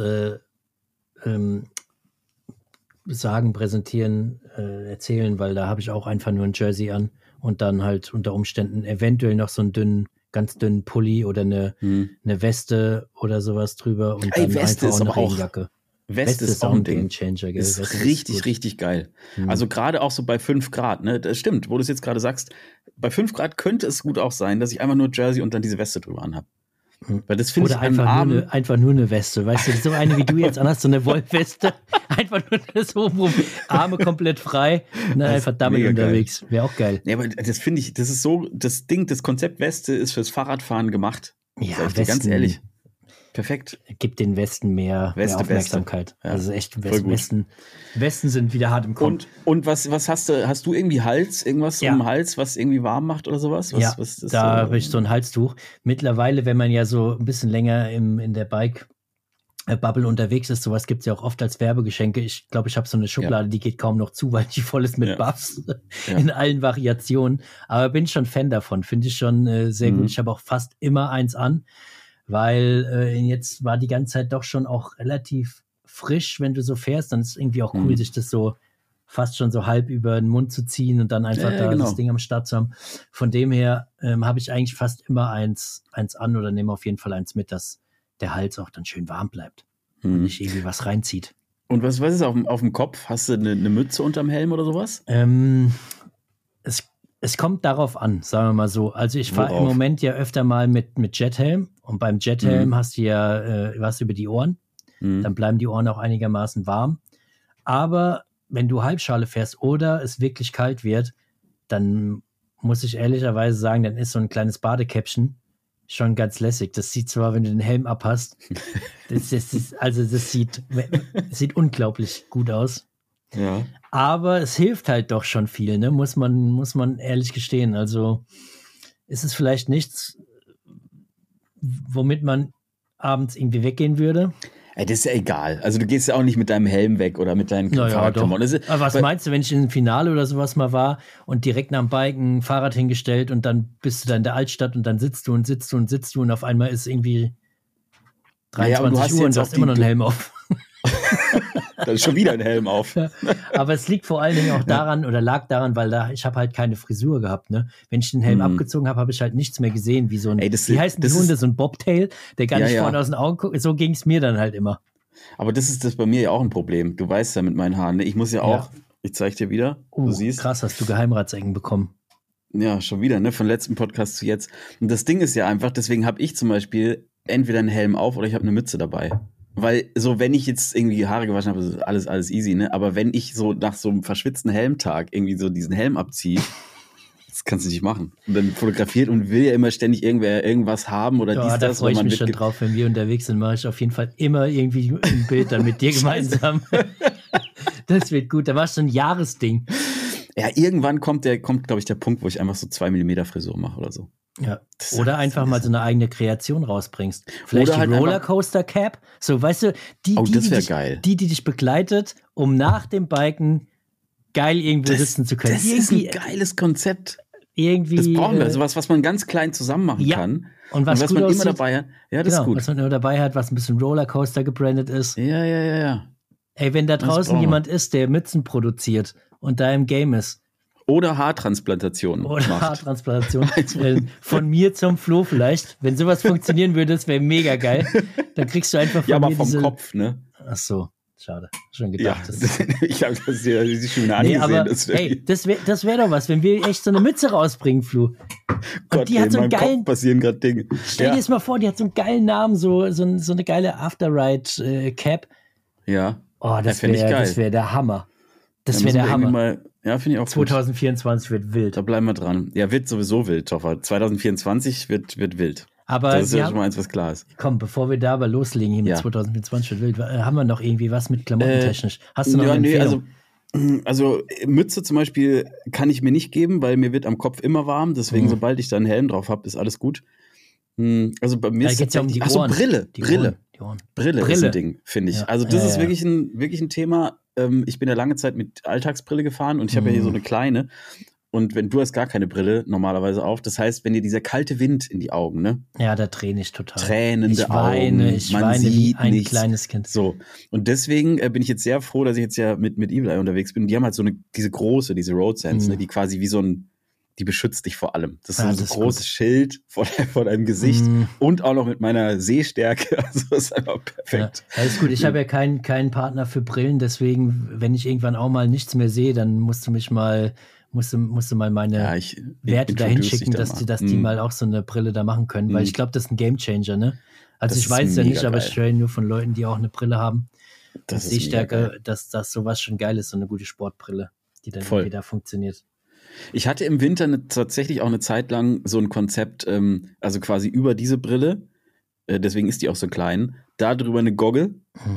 sagen, präsentieren, erzählen, weil da habe ich auch einfach nur ein Jersey an und dann halt unter Umständen eventuell noch so einen ganz dünnen Pulli oder eine Weste oder sowas drüber und dann Weste einfach auch eine Regenjacke. Weste ist auch ein Game Changer, gell? Ist richtig geil. Also gerade auch so bei 5 Grad, ne? Das stimmt, wo du es jetzt gerade sagst, bei 5 Grad könnte es gut auch sein, dass ich einfach nur Jersey und dann diese Weste drüber anhabe. Weil das finde ich einfach nur eine Weste, weißt du, so eine wie du jetzt anhast, so eine Wollweste, einfach nur so rum, Arme komplett frei und dann einfach damit unterwegs. Wäre auch geil. Ja, aber das finde ich, das ist so, das Konzept Weste ist fürs Fahrradfahren gemacht. Ja, sag ich dir ganz ehrlich. Perfekt. Gibt den Westen mehr Aufmerksamkeit. Ja, also echt, Westen sind wieder hart im Kommen. Und was hast du? Hast du irgendwie irgendwas um den Hals, was irgendwie warm macht oder sowas? Was ist da habe ich so ein Halstuch. Mittlerweile, wenn man ja so ein bisschen länger in der Bike-Bubble unterwegs ist, sowas gibt es ja auch oft als Werbegeschenke. Ich glaube, ich habe so eine Schublade, die geht kaum noch zu, weil die voll ist mit Buffs in allen Variationen. Aber bin schon Fan davon. Finde ich schon sehr gut. Ich habe auch fast immer eins an. weil jetzt war die ganze Zeit doch schon auch relativ frisch, wenn du so fährst, dann ist es irgendwie auch cool, sich das so fast schon so halb über den Mund zu ziehen und dann einfach das Ding am Start zu haben. Von dem her habe ich eigentlich fast immer eins an oder nehme auf jeden Fall eins mit, dass der Hals auch dann schön warm bleibt und nicht irgendwie was reinzieht. Und was ist auf dem Kopf? Hast du eine Mütze unterm Helm oder sowas? Es kommt darauf an, sagen wir mal so. Also ich fahre im Moment ja öfter mal mit Jethelm und beim Jethelm hast du ja was über die Ohren. Dann bleiben die Ohren auch einigermaßen warm. Aber wenn du Halbschale fährst oder es wirklich kalt wird, dann muss ich ehrlicherweise sagen, dann ist so ein kleines Badekäppchen schon ganz lässig. Das sieht zwar, wenn du den Helm abhast, das sieht unglaublich gut aus. Ja. Aber es hilft halt doch schon viel, ne? Muss man ehrlich gestehen. Also ist es vielleicht nichts, womit man abends irgendwie weggehen würde. Ey, das ist ja egal. Also du gehst ja auch nicht mit deinem Helm weg oder mit deinen Fahrradklamotten. Aber was meinst du, wenn ich in einem Finale oder sowas mal war und direkt nach dem Biken ein Fahrrad hingestellt und dann bist du da in der Altstadt und dann sitzt du und auf einmal ist irgendwie 23 Uhr und du hast immer noch einen Helm auf. Dann ist schon wieder ein Helm auf. Ja, aber es liegt vor allen Dingen auch daran oder lag daran, weil ich habe halt keine Frisur gehabt. Ne? Wenn ich den Helm abgezogen habe, habe ich halt nichts mehr gesehen, wie so ein, wie heißen die Hunde, so ein Bobtail, der gar nicht vorne aus den Augen guckt. So ging es mir dann halt immer. Aber das ist das bei mir ja auch ein Problem. Du weißt ja mit meinen Haaren, ne? Ich muss ja auch, ich zeige dir wieder, du siehst. Krass, hast du Geheimratsecken bekommen. Ja, schon wieder, ne? Von letzten Podcast zu jetzt. Und das Ding ist ja einfach, deswegen habe ich zum Beispiel entweder einen Helm auf oder ich habe eine Mütze dabei. Weil so, wenn ich jetzt irgendwie die Haare gewaschen habe, ist alles easy, ne? Aber wenn ich so nach so einem verschwitzten Helmtag irgendwie so diesen Helm abziehe, das kannst du nicht machen. Und dann fotografiert und will ja immer ständig irgendwer irgendwas haben oder dies, das. Da freue ich mich schon drauf, wenn wir unterwegs sind, mache ich auf jeden Fall immer irgendwie ein Bild dann mit dir gemeinsam. Das wird gut, da war schon ein Jahresding. Ja, irgendwann kommt glaube ich, der Punkt, wo ich einfach so 2 mm Frisur mache oder so. Ja. Oder einfach mal so eine eigene Kreation rausbringst. Vielleicht oder die halt Rollercoaster Cap. So, weißt du, die dich begleitet, um nach dem Biken geil irgendwo sitzen zu können. Das ist ein geiles Konzept. Irgendwie. Das brauchen wir. Sowas, was man ganz klein zusammen machen kann. Und was man immer dabei hat. Ja, das ist gut. Was man immer dabei hat, was ein bisschen Rollercoaster gebrandet ist. Ja. Ey, wenn da draußen jemand ist, der Mützen produziert und da im Game ist. Oder Haartransplantation. Von mir zum Flo vielleicht. Wenn sowas funktionieren würde, das wäre mega geil. Dann kriegst du einfach von mir aber vom Kopf, ne? Ach so, schade. Schon gedacht. Ja, ich habe das ja schon wieder angesehen. Aber, das wär doch was, wenn wir echt so eine Mütze rausbringen, Flo. Gott, die hat so einen geilen Kopf passieren gerade Dinge. Stell dir das mal vor, die hat so einen geilen Namen, so eine geile Afterride-Cap. Ja. Oh, das wäre der Hammer. Das wäre der Hammer. Ja, finde ich auch 2024 gut. Wird wild. Da bleiben wir dran. Ja, wird sowieso wild, Toffer. 2024 wird wild. Aber das ist ja schon mal eins, was klar ist. Komm, bevor wir da aber loslegen hier mit 2024 wird wild, haben wir noch irgendwie was mit klamottentechnisch? Hast du noch eine Empfehlung? Also Mütze zum Beispiel kann ich mir nicht geben, weil mir wird am Kopf immer warm. Deswegen, sobald ich da einen Helm drauf habe, ist alles gut. Also bei mir ist es ja um die Ohren. Brille. Brille ist ein Ding, finde ich. Ja. Also das ist wirklich ein Thema. Ich bin ja lange Zeit mit Alltagsbrille gefahren und ich habe ja hier so eine kleine. Und du hast gar keine Brille normalerweise auf. Das heißt, wenn dir dieser kalte Wind in die Augen, ne? Ja, da träne ich total. Tränende Augen. Ich weine wie ein kleines Kind. So. Und deswegen bin ich jetzt sehr froh, dass ich jetzt ja mit Evil Eye unterwegs bin. Die haben halt so diese Road Sense, ne? Die quasi wie so die beschützt dich vor allem. Das ist so ein großes Schild vor deinem Gesicht und auch noch mit meiner Sehstärke. Also das ist einfach perfekt. Ja, alles gut. Ich habe ja keinen Partner für Brillen, deswegen, wenn ich irgendwann auch mal nichts mehr sehe, dann musst du mal meine Werte dahin schicken, dass die mal auch so eine Brille da machen können, weil ich glaube, das ist ein Gamechanger, ne? Also ich weiß ja nicht, aber ich höre nur von Leuten, die auch eine Brille haben. Das Sehstärke, dass das sowas schon geil ist, so eine gute Sportbrille, die dann wieder funktioniert. Ich hatte im Winter tatsächlich auch eine Zeit lang so ein Konzept, also quasi über diese Brille, deswegen ist die auch so klein, da drüber eine Goggle,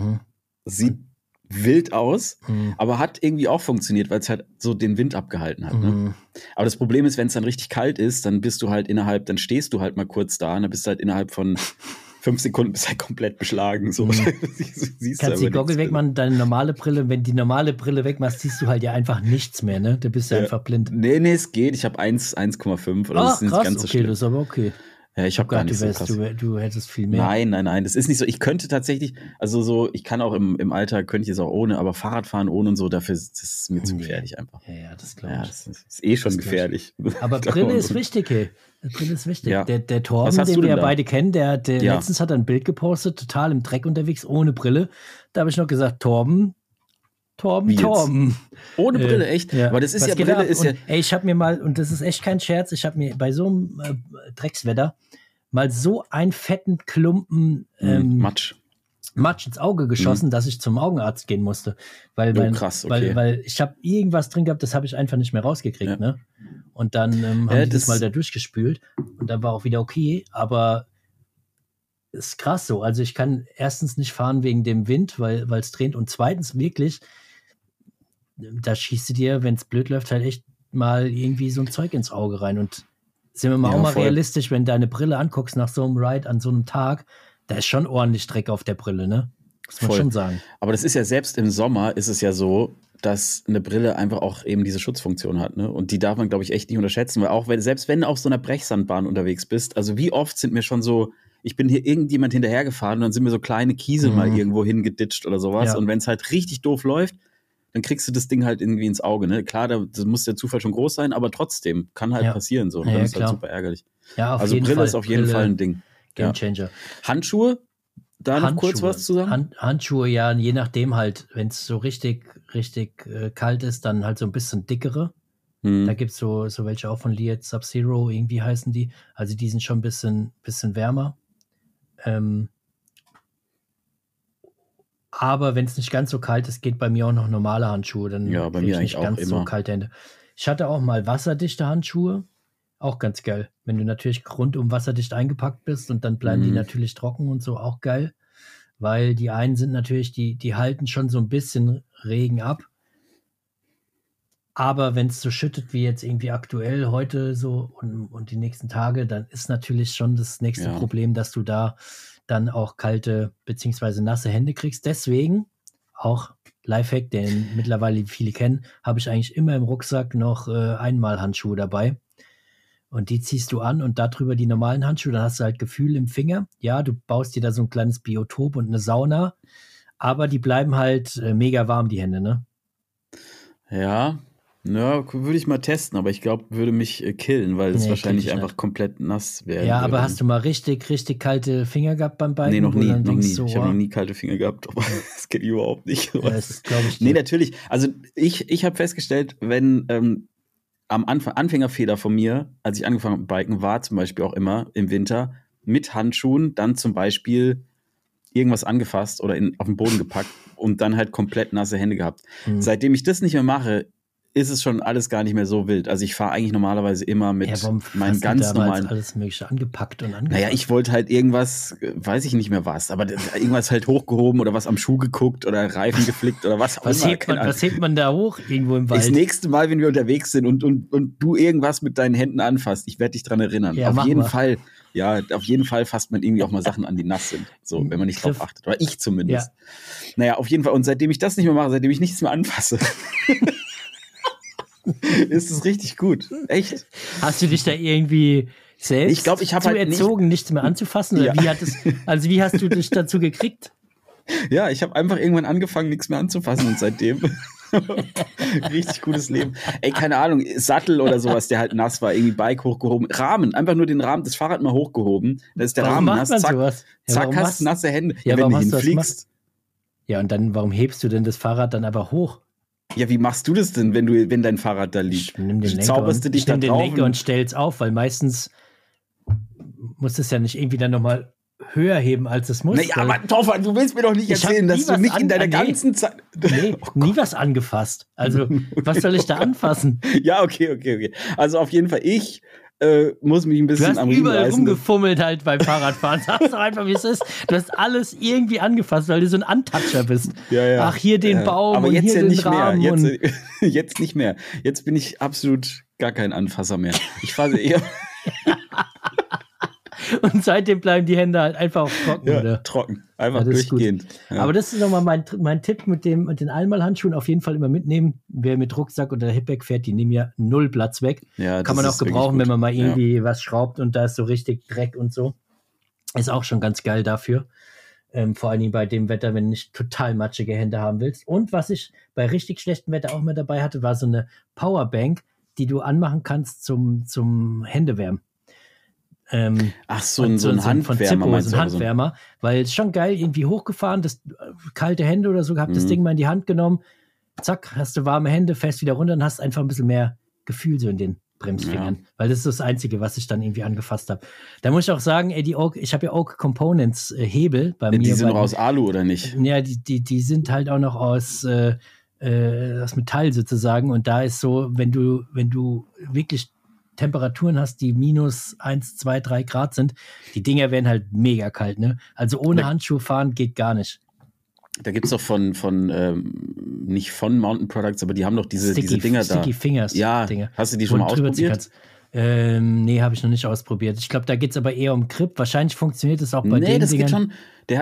sieht wild aus, aber hat irgendwie auch funktioniert, weil es halt so den Wind abgehalten hat. Ne? Aber das Problem ist, wenn es dann richtig kalt ist, dann bist du halt dann stehst du halt mal kurz da und dann bist du halt innerhalb von 5 Sekunden bist halt komplett beschlagen. So. Kannst die Goggle wegmachen, deine normale Brille, wenn die normale Brille wegmachst, siehst du halt ja einfach nichts mehr, ne? Du bist ja einfach blind. Nee, es geht. Ich habe 1,5 oder das ist nicht ganz so schlimm. Das ist aber okay. Ja, ich habe gar nicht so krass. Du hättest viel mehr. Nein, das ist nicht so. Ich könnte tatsächlich, also so, ich kann auch im Alter, könnte ich es auch ohne, aber Fahrradfahren ohne und so, dafür das ist mir zu gefährlich einfach. Ja, das glaube ich. Ja, das ist eh schon gefährlich. Aber Brille ist wichtig, hey. Brille ist wichtig. Ja. Der Torben, den wir ja beide kennen, der letztens hat ein Bild gepostet, total im Dreck unterwegs, ohne Brille. Da habe ich noch gesagt, Torben. Ohne Brille, echt? Ja. Aber das ist Brille ist ja. Ey, ich habe mir mal, und das ist echt kein Scherz, ich habe mir bei so einem Dreckswetter mal so einen fetten Klumpen Matsch ins Auge geschossen, dass ich zum Augenarzt gehen musste. Krass, okay. Weil ich habe irgendwas drin gehabt, das habe ich einfach nicht mehr rausgekriegt. Ja. Ne? Und dann haben die das mal da durchgespült und dann war auch wieder okay, aber ist krass so. Also ich kann erstens nicht fahren wegen dem Wind, weil es drehnt und zweitens wirklich, da schießt du dir, wenn es blöd läuft, halt echt mal irgendwie so ein Zeug ins Auge rein. Und sind wir mal auch mal realistisch, wenn du deine Brille anguckst nach so einem Ride an so einem Tag, da ist schon ordentlich Dreck auf der Brille, ne? Muss man schon sagen. Aber das ist ja selbst im Sommer ist es ja so, dass eine Brille einfach auch eben diese Schutzfunktion hat, ne? Und die darf man, glaube ich, echt nicht unterschätzen, weil auch selbst wenn du auf so einer Brechsandbahn unterwegs bist, also wie oft sind mir schon so, ich bin hier irgendjemand hinterhergefahren und dann sind mir so kleine Kiesel mal irgendwo hingeditscht oder sowas. Ja. Und wenn es halt richtig doof läuft, dann kriegst du das Ding halt irgendwie ins Auge, ne? Klar, da muss der Zufall schon groß sein, aber trotzdem kann halt passieren so. Und dann ist halt super ärgerlich. Ja, also Brille ist auf jeden Fall ein Ding. Gamechanger. Handschuhe? Da noch kurz was zu sagen? Handschuhe, ja, je nachdem halt, wenn es so richtig kalt ist, dann halt so ein bisschen dickere. Da gibt es so welche auch von Liet Sub-Zero, irgendwie heißen die. Also die sind schon ein bisschen wärmer. Aber wenn es nicht ganz so kalt ist, geht bei mir auch noch normale Handschuhe. Dann bei mir eigentlich nicht ganz auch so kalte Hände. Ich hatte auch mal wasserdichte Handschuhe. Auch ganz geil. Wenn du natürlich rundum wasserdicht eingepackt bist und dann bleiben die natürlich trocken und so, auch geil. Weil die einen sind natürlich, die halten schon so ein bisschen Regen ab. Aber wenn es so schüttet wie jetzt irgendwie aktuell heute so und die nächsten Tage, dann ist natürlich schon das nächste Problem, dass du da dann auch kalte bzw. nasse Hände kriegst. Deswegen auch Lifehack, den mittlerweile viele kennen, habe ich eigentlich immer im Rucksack noch Einmalhandschuhe dabei. Und die ziehst du an und darüber die normalen Handschuhe, dann hast du halt Gefühl im Finger. Ja, du baust dir da so ein kleines Biotop und eine Sauna, aber die bleiben halt mega warm, die Hände, ne? Ja, würde ich mal testen, aber ich glaube, würde mich killen, weil es wahrscheinlich einfach komplett nass wäre. Ja, aber hast du mal richtig kalte Finger gehabt beim Biken? Nee, noch nie. So, ich habe noch nie kalte Finger gehabt, aber das geht überhaupt nicht. Das glaube ich. Nee, natürlich. Also ich habe festgestellt, wenn am Anfang, Anfängerfehler von mir, als ich angefangen habe mit Biken, war zum Beispiel auch immer im Winter mit Handschuhen dann zum Beispiel irgendwas angefasst oder auf den Boden gepackt und dann halt komplett nasse Hände gehabt. Seitdem ich das nicht mehr mache, ist es schon alles gar nicht mehr so wild. Also ich fahre eigentlich normalerweise immer mit meinen ganz normalen... alles Mögliche angepackt und angepackt? Naja, ich wollte halt irgendwas, weiß ich nicht mehr was, aber irgendwas halt hochgehoben oder was am Schuh geguckt oder Reifen geflickt oder was auch immer. Was hebt man da hoch irgendwo im Wald? Das nächste Mal, wenn wir unterwegs sind und du irgendwas mit deinen Händen anfasst, ich werde dich dran erinnern. Ja, auf jeden Fall. Ja, auf jeden Fall fasst man irgendwie auch mal Sachen an, die nass sind. So, wenn man nicht drauf achtet. Oder ich zumindest. Ja. Naja, auf jeden Fall. Und seitdem ich das nicht mehr mache, seitdem ich nichts mehr anfasse, ist es richtig gut. Echt. Hast du dich da irgendwie selbst erzogen, nichts mehr anzufassen? Oder wie hast du dich dazu gekriegt? Ja, ich habe einfach irgendwann angefangen, nichts mehr anzufassen und seitdem richtig gutes Leben. Ey, keine Ahnung, Sattel oder sowas, der halt nass war, irgendwie Bike hochgehoben. Rahmen, einfach nur den Rahmen, das Fahrrad mal hochgehoben. Da ist der Rahmen nass, zack, hast nasse Hände. Ja, wenn du hinfliegst. Ja, und dann, warum hebst du denn das Fahrrad dann einfach hoch? Ja, wie machst du das denn, wenn dein Fahrrad da liegt? Ich nehme den Lenker und stell's auf, weil meistens muss es ja nicht irgendwie dann nochmal höher heben, als es muss. Nee, aber Toffer, du willst mir doch nicht erzählen, dass du nicht in deiner ganzen Zeit... Nee, nie was angefasst. Also, was soll ich da anfassen? Ja, okay. Also auf jeden Fall, ich muss mich ein bisschen am Riemen reißen. Du hast überall rumgefummelt halt beim Fahrradfahren. Sag's doch einfach, wie es ist. Du hast alles irgendwie angefasst, weil du so ein Untoucher bist. Ja. Ach, hier den Baum aber und jetzt hier ja den nicht Rahmen. Mehr. Jetzt nicht mehr. Jetzt bin ich absolut gar kein Anfasser mehr. Ich fahre eher... Und seitdem bleiben die Hände halt einfach auch trocken. Ja, oder? trocken. Einfach durchgehend. Ja. Aber das ist nochmal mein Tipp mit den Einmalhandschuhen. Auf jeden Fall immer mitnehmen. Wer mit Rucksack oder Hipback fährt, die nehmen ja 0 Platz weg. Ja, kann man auch gebrauchen, wenn man mal irgendwie was schraubt und da ist so richtig Dreck und so. Ist auch schon ganz geil dafür. Vor allen Dingen bei dem Wetter, wenn du nicht total matschige Hände haben willst. Und was ich bei richtig schlechtem Wetter auch mal dabei hatte, war so eine Powerbank, die du anmachen kannst zum Händewärmen. Ach, so ein Handwärmer. Von Zippo, so ein Handwärmer. Weil es schon geil, irgendwie hochgefahren, das kalte Hände oder so, hab das Ding mal in die Hand genommen. Zack, hast du warme Hände, fährst wieder runter und hast einfach ein bisschen mehr Gefühl so in den Bremsfingern. Ja. Weil das ist das Einzige, was ich dann irgendwie angefasst habe. Da muss ich auch sagen, ey, ich habe ja Oak Components Hebel bei mir. Die sind noch aus Alu, oder nicht? Ja, die sind halt auch noch aus Metall sozusagen. Und da ist so, wenn du wirklich Temperaturen hast, die minus 1, 2, 3 Grad sind, die Dinger werden halt mega kalt, ne? Also ohne Handschuhe fahren geht gar nicht. Da gibt es doch nicht von Mountain Products, aber die haben doch diese Dinger da. Sticky Fingers. Ja, Dinger, hast du die schon mal ausprobiert? Nee, habe ich noch nicht ausprobiert. Ich glaube, da geht es aber eher um Grip. Wahrscheinlich funktioniert es auch bei den Dingern. Nee, das geht schon.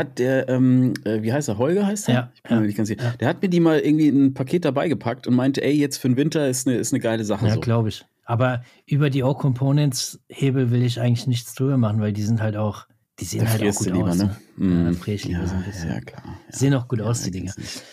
Wie heißt er? Holger heißt er? Ja. Ich bin mir nicht ganz sicher. Ja. Der hat mir die mal irgendwie in ein Paket dabei gepackt und meinte, ey, jetzt für den Winter ist eine geile Sache. Ja, glaube ich. Aber über die Oak Components Hebel will ich eigentlich nichts drüber machen, weil die sind halt auch, die sehen halt auch gut lieber, aus. Ne? Ja, da friere ich lieber so ein bisschen. Ja, klar. Ja. Die sehen auch gut aus, die Dinger.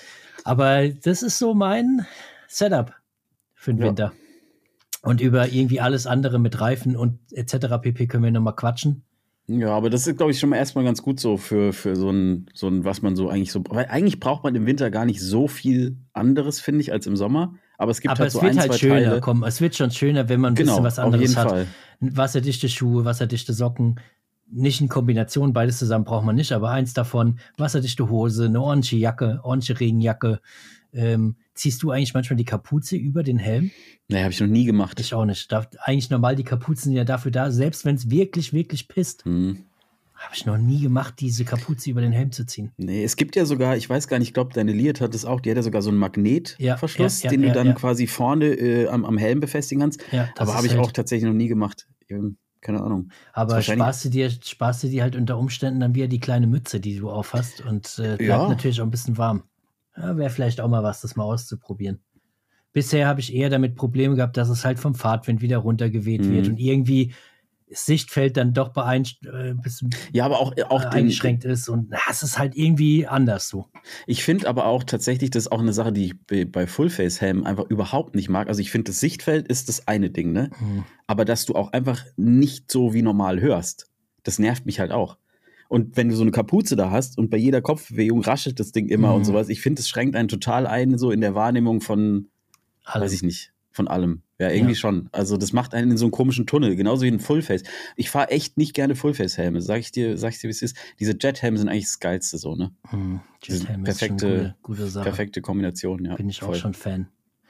Aber das ist so mein Setup für den Winter. Und über irgendwie alles andere mit Reifen und etc. pp. Können wir nochmal quatschen. Ja, aber das ist, glaube ich, schon mal erstmal ganz gut so für so ein, was man so eigentlich so, weil eigentlich braucht man im Winter gar nicht so viel anderes, finde ich, als im Sommer. Aber es gibt halt so ein, zwei schöner, Teile. Komm, es wird schon schöner, wenn man ein bisschen was anderes hat. Fall. Wasserdichte Schuhe, wasserdichte Socken. Nicht in Kombination, beides zusammen braucht man nicht, aber eins davon, wasserdichte Hose, eine ordentliche Jacke, ordentliche Regenjacke. Ziehst du eigentlich manchmal die Kapuze über den Helm? Nee, habe ich noch nie gemacht. Ich auch nicht. Eigentlich normal, die Kapuzen sind ja dafür da, selbst wenn es wirklich, wirklich pisst. Habe ich noch nie gemacht, diese Kapuze über den Helm zu ziehen. Nee, es gibt ja sogar, ich weiß gar nicht, ich glaube, deine Liat hat es auch, die hat ja sogar so einen Magnetverschluss, den du dann quasi vorne am Helm befestigen kannst. Ja, aber habe ich auch tatsächlich noch nie gemacht. Keine Ahnung. Aber sparst du dir halt unter Umständen dann wieder die kleine Mütze, die du aufhast und bleibt natürlich auch ein bisschen warm. Ja, wäre vielleicht auch mal was, das mal auszuprobieren. Bisher habe ich eher damit Probleme gehabt, dass es halt vom Fahrtwind wieder runtergeweht wird und irgendwie das Sichtfeld dann doch bisschen aber auch eingeschränkt ist und es ist halt irgendwie anders so. Ich finde aber auch tatsächlich, das ist auch eine Sache, die ich bei Fullface-Helmen einfach überhaupt nicht mag. Also ich finde, das Sichtfeld ist das eine Ding, ne? Aber dass du auch einfach nicht so wie normal hörst, das nervt mich halt auch. Und wenn du so eine Kapuze da hast und bei jeder Kopfbewegung raschelt das Ding immer und sowas, ich finde, es schränkt einen total ein, so in der Wahrnehmung von, weiß ich nicht, von allem. Ja, irgendwie schon. Also das macht einen in so einen komischen Tunnel, genauso wie ein Fullface. Ich fahre echt nicht gerne Fullface-Helme, sag ich dir, wie es ist. Diese Jet-Helme sind eigentlich das Geilste so, ne? Jet-Helme ist schon eine gute Sache. Perfekte Kombination, ja. Bin ich auch schon Fan.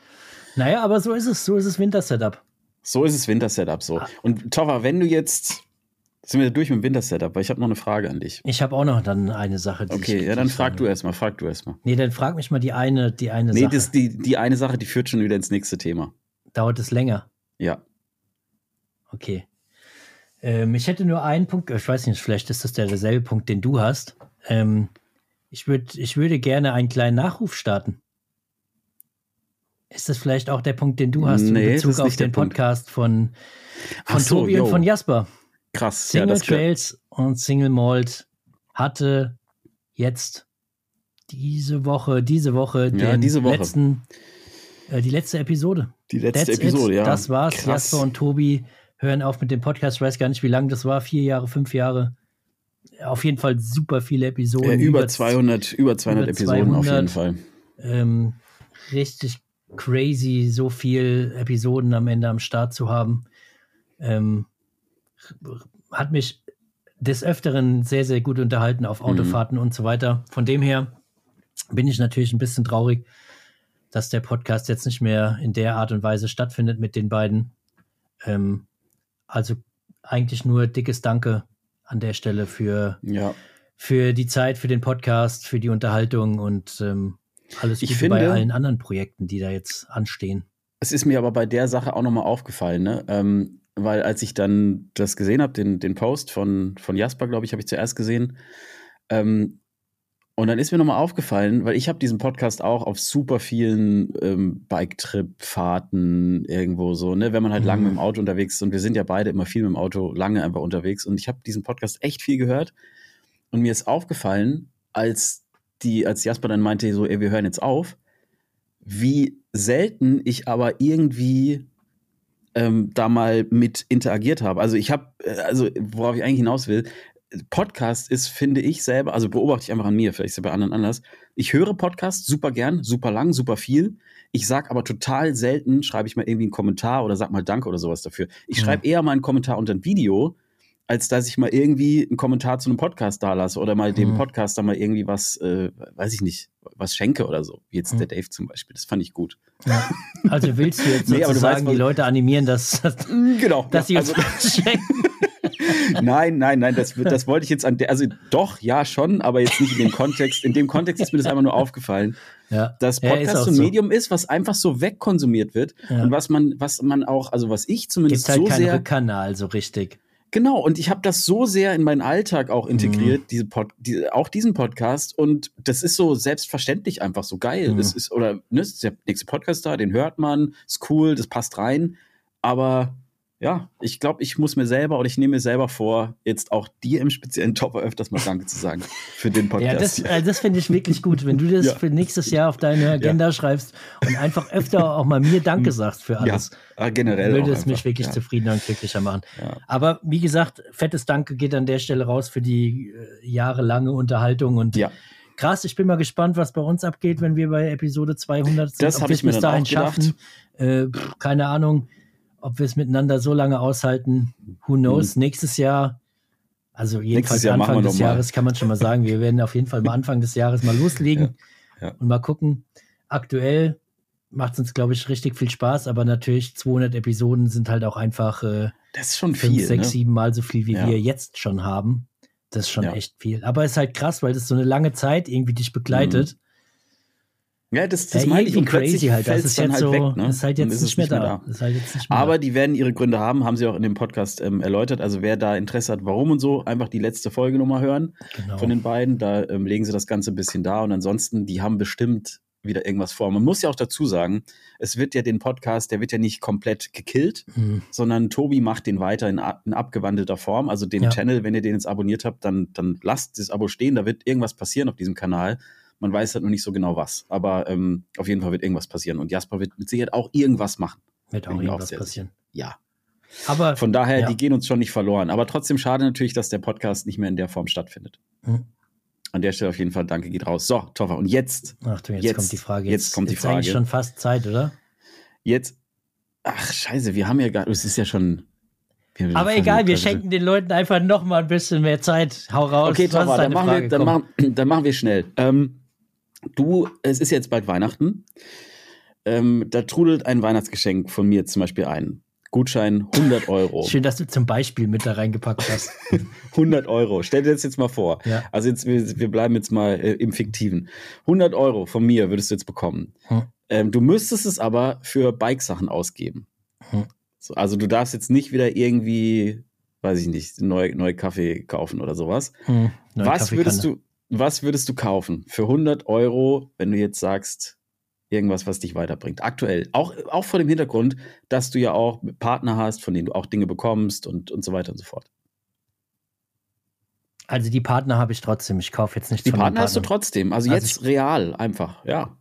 Naja, aber so ist es Winter-Setup. So ist es Winter-Setup, so. Und Toffa, wenn du jetzt, sind wir durch mit dem Winter-Setup, weil ich habe noch eine Frage an dich. Ich habe auch noch dann eine Sache. Okay, ja, dann frag du erstmal. Nee, dann frag mich mal die eine Sache. Nee, die eine Sache, die führt schon wieder ins nächste Thema. Dauert es länger? Ja. Okay. Ich hätte nur einen Punkt, ich weiß nicht, vielleicht ist das derselbe Punkt, den du hast. Ich würde gerne einen kleinen Nachruf starten. Ist das vielleicht auch der Punkt, den du hast in Bezug auf den Podcast von Tobi und von Jasper? Krass. Single Trails und Single Malt hatte jetzt diese Woche die letzte Episode. Die letzte Episode, ja. Das war's. Krass. Jasper und Tobi hören auf mit dem Podcast. Ich weiß gar nicht, wie lange das war. 4 Jahre, 5 Jahre. Auf jeden Fall super viele Episoden. Über 200 Episoden auf jeden Fall. Richtig crazy, so viel Episoden am Ende am Start zu haben. Hat mich des Öfteren sehr, sehr gut unterhalten auf Autofahrten und so weiter. Von dem her bin ich natürlich ein bisschen traurig, dass der Podcast jetzt nicht mehr in der Art und Weise stattfindet mit den beiden. Also eigentlich nur dickes Danke an der Stelle für die Zeit, für den Podcast, für die Unterhaltung und alles Gute bei allen anderen Projekten, die da jetzt anstehen. Es ist mir aber bei der Sache auch nochmal aufgefallen, ne? weil als ich dann das gesehen habe, den Post von Jasper, glaube ich, habe ich zuerst gesehen. Und dann ist mir nochmal aufgefallen, weil ich habe diesen Podcast auch auf super vielen Bike-Trip-Fahrten irgendwo so, ne, wenn man halt lange mit dem Auto unterwegs ist, und wir sind ja beide immer viel mit dem Auto lange einfach unterwegs, und ich habe diesen Podcast echt viel gehört, und mir ist aufgefallen, als Jasper dann meinte, so, ey, wir hören jetzt auf, wie selten ich aber irgendwie da mal mit interagiert habe. Also worauf ich eigentlich hinaus will, Podcast ist, finde ich selber, also beobachte ich einfach an mir, vielleicht ist es bei anderen anders. Ich höre Podcasts super gern, super lang, super viel. Ich sag aber total selten, schreibe ich mal irgendwie einen Kommentar oder sag mal Danke oder sowas dafür. Ich schreibe eher mal einen Kommentar unter ein Video, als dass ich mal irgendwie einen Kommentar zu einem Podcast da lasse oder mal dem Podcaster mal irgendwie was, weiß ich nicht, was schenke oder so. Wie jetzt der Dave zum Beispiel. Das fand ich gut. Ja. Also willst du jetzt sozusagen die Leute animieren, dass sie uns was schenken? Nein, das wollte ich jetzt also doch, ja schon, aber jetzt nicht in dem Kontext. In dem Kontext ist mir das einfach nur aufgefallen, dass Podcast so ein Medium ist, was einfach so wegkonsumiert wird und was man auch, also was ich zumindest gibt halt so keinen sehr Rückkanal so richtig. Genau, und ich habe das so sehr in meinen Alltag auch integriert, auch diesen Podcast, und das ist so selbstverständlich einfach so geil. Das ist, das ist der nächste Podcast da, den hört man, ist cool, das passt rein, aber ja, ich glaube, ich nehme mir selber vor, jetzt auch dir im speziellen Topper öfters mal Danke zu sagen für den Podcast. Ja, das finde ich wirklich gut, wenn du das für nächstes Jahr auf deine Agenda schreibst und einfach öfter auch mal mir Danke sagst für alles. Ja, generell. Würde es mich wirklich zufriedener und glücklicher machen. Ja. Aber wie gesagt, fettes Danke geht an der Stelle raus für die jahrelange Unterhaltung, und krass, ich bin mal gespannt, was bei uns abgeht, wenn wir bei Episode 200 sind. Das habe ich mir dann auch gedacht. Keine Ahnung, ob wir es miteinander so lange aushalten, who knows, nächstes Jahr, also jedenfalls Anfang des Jahres kann man schon mal sagen, wir werden auf jeden Fall mal Anfang des Jahres mal loslegen und mal gucken. Aktuell macht es uns, glaube ich, richtig viel Spaß, aber natürlich 200 Episoden sind halt auch einfach das ist schon 5, viel, 6, 7 Mal so viel, wie wir jetzt schon haben. Das ist schon echt viel. Aber es ist halt krass, weil das so eine lange Zeit irgendwie dich begleitet. Ja, das meine ich, und crazy halt. Das ist dann halt so, weg, ne? Das ist halt jetzt nicht mehr da. Aber die werden ihre Gründe haben sie auch in dem Podcast erläutert. Also wer da Interesse hat, warum und so, einfach die letzte Folge nochmal hören von den beiden. Da legen sie das Ganze ein bisschen dar, und ansonsten, die haben bestimmt wieder irgendwas vor. Man muss ja auch dazu sagen, es wird ja den Podcast, der wird ja nicht komplett gekillt, sondern Tobi macht den weiter in abgewandelter Form. Also den Channel, wenn ihr den jetzt abonniert habt, dann lasst das Abo stehen. Da wird irgendwas passieren auf diesem Kanal. Man weiß halt noch nicht so genau was. Aber auf jeden Fall wird irgendwas passieren. Und Jasper wird mit Sicherheit auch irgendwas machen. Wird auch irgendwas passieren. Ja. Aber von daher, die gehen uns schon nicht verloren. Aber trotzdem schade natürlich, dass der Podcast nicht mehr in der Form stattfindet. An der Stelle auf jeden Fall Danke geht raus. So, Toffer, und jetzt? Ach du, jetzt kommt die Frage. Jetzt kommt die Frage. Ist eigentlich schon fast Zeit, oder? Jetzt, ach scheiße, wir haben ja gar, es ist ja schon... Aber egal, wir schenken den Leuten einfach noch mal ein bisschen mehr Zeit. Hau raus. Okay, Toffer, dann machen wir schnell. Es ist jetzt bald Weihnachten. Da trudelt ein Weihnachtsgeschenk von mir zum Beispiel ein. Gutschein 100 Euro. Schön, dass du zum Beispiel mit da reingepackt hast. 100 Euro. Stell dir das jetzt mal vor. Ja. Also jetzt, wir bleiben jetzt mal im Fiktiven. 100 Euro von mir würdest du jetzt bekommen. Du müsstest es aber für Bike-Sachen ausgeben. So, also du darfst jetzt nicht wieder irgendwie, weiß ich nicht, neue Kaffee kaufen oder sowas. Was würdest du kaufen für 100 Euro, wenn du jetzt sagst, irgendwas, was dich weiterbringt? Aktuell. Auch vor dem Hintergrund, dass du ja auch Partner hast, von denen du auch Dinge bekommst und so weiter und so fort. Also die Partner habe ich trotzdem. Ich kaufe jetzt nichts von den Partner. Die Partner hast du trotzdem. Also jetzt real einfach, ja.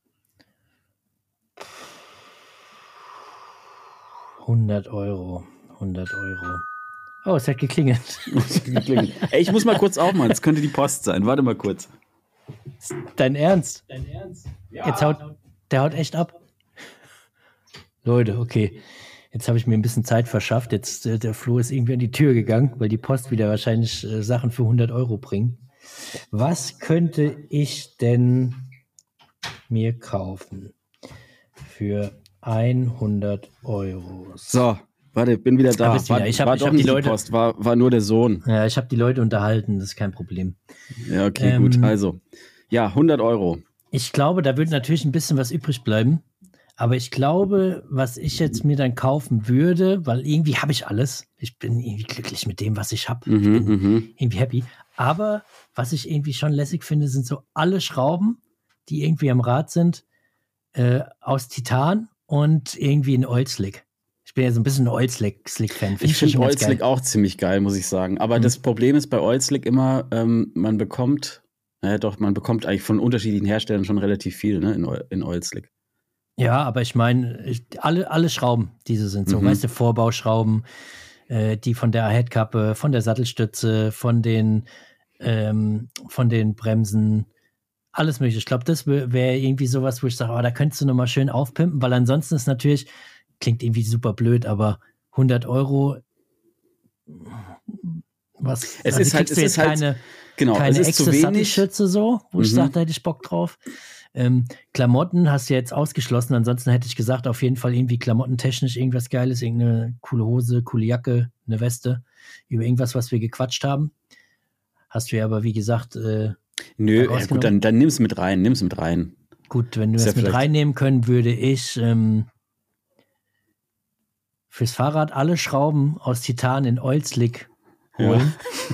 100 Euro. Oh, es hat geklingelt. Ey, ich muss mal kurz aufmachen. Das könnte die Post sein. Warte mal kurz. Dein Ernst? Ja. Jetzt der haut echt ab. Leute, okay. Jetzt habe ich mir ein bisschen Zeit verschafft. Jetzt der Flo ist irgendwie an die Tür gegangen, weil die Post wieder wahrscheinlich Sachen für 100 Euro bringt. Was könnte ich denn mir kaufen für 100 Euro? So, warte, bin wieder da. Ich hab die Leute, Post, war nur der Sohn. Ja, ich habe die Leute unterhalten, das ist kein Problem. Ja, okay, gut. Also, ja, 100 Euro. Ich glaube, da wird natürlich ein bisschen was übrig bleiben. Aber ich glaube, was ich jetzt mir dann kaufen würde, weil irgendwie habe ich alles. Ich bin irgendwie glücklich mit dem, was ich habe. Ich bin irgendwie happy. Aber was ich irgendwie schon lässig finde, sind so alle Schrauben, die irgendwie am Rad sind, aus Titan und irgendwie ein Oil-Slick. Ich bin ja so ein bisschen ein Oil-Slick-Fan. Ich finde Oil-Slick auch ziemlich geil, muss ich sagen. Aber das Problem ist bei Oil-Slick immer, man bekommt eigentlich von unterschiedlichen Herstellern schon relativ viel, ne, in Oil-Slick. Ja, aber ich meine, alle Schrauben, diese sind so, weißt du, Vorbauschrauben, die von der Headkappe, von der Sattelstütze, von den Bremsen, alles mögliche. Ich glaube, das wäre irgendwie sowas, wo ich sage, da könntest du nochmal schön aufpimpen, weil ansonsten ist natürlich, klingt irgendwie super blöd, aber 100 Euro, was? Es ist halt keine extra Sattelschütze so, wo ich sage, da hätte ich Bock drauf. Klamotten hast du jetzt ausgeschlossen, ansonsten hätte ich gesagt, auf jeden Fall irgendwie klamottentechnisch irgendwas Geiles, irgendeine coole Hose, coole Jacke, eine Weste, über irgendwas, was wir gequatscht haben. Hast du ja aber, wie gesagt, nö, ja, gut, dann nimm's mit rein. Gut, wenn wir das mit reinnehmen können, würde ich fürs Fahrrad alle Schrauben aus Titan in Oil-Slick holen.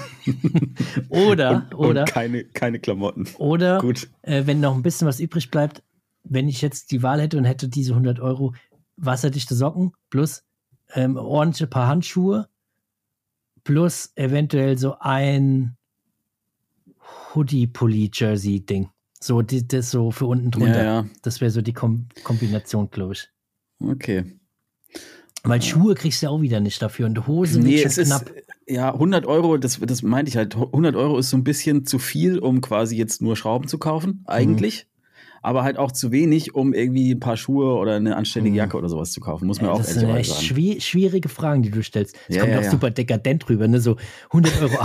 Ja. oder keine Klamotten. Oder gut. Wenn noch ein bisschen was übrig bleibt, wenn ich jetzt die Wahl hätte und hätte diese 100 Euro, wasserdichte Socken plus ordentliche Paar Handschuhe plus eventuell so ein Hoodie-Pulli-Jersey-Ding. So, das so für unten drunter. Ja. Das wäre so die Kombination, glaube ich. Okay. Weil Schuhe kriegst du ja auch wieder nicht dafür und Hosen wird schon knapp. Ja, 100 Euro, das meinte ich halt. 100 Euro ist so ein bisschen zu viel, um quasi jetzt nur Schrauben zu kaufen, eigentlich. Aber halt auch zu wenig, um irgendwie ein paar Schuhe oder eine anständige Jacke oder sowas zu kaufen. Muss man auch ehrlich sagen. Das sind schwierige Fragen, die du stellst. Das kommt auch super dekadent rüber, ne? So 100 Euro,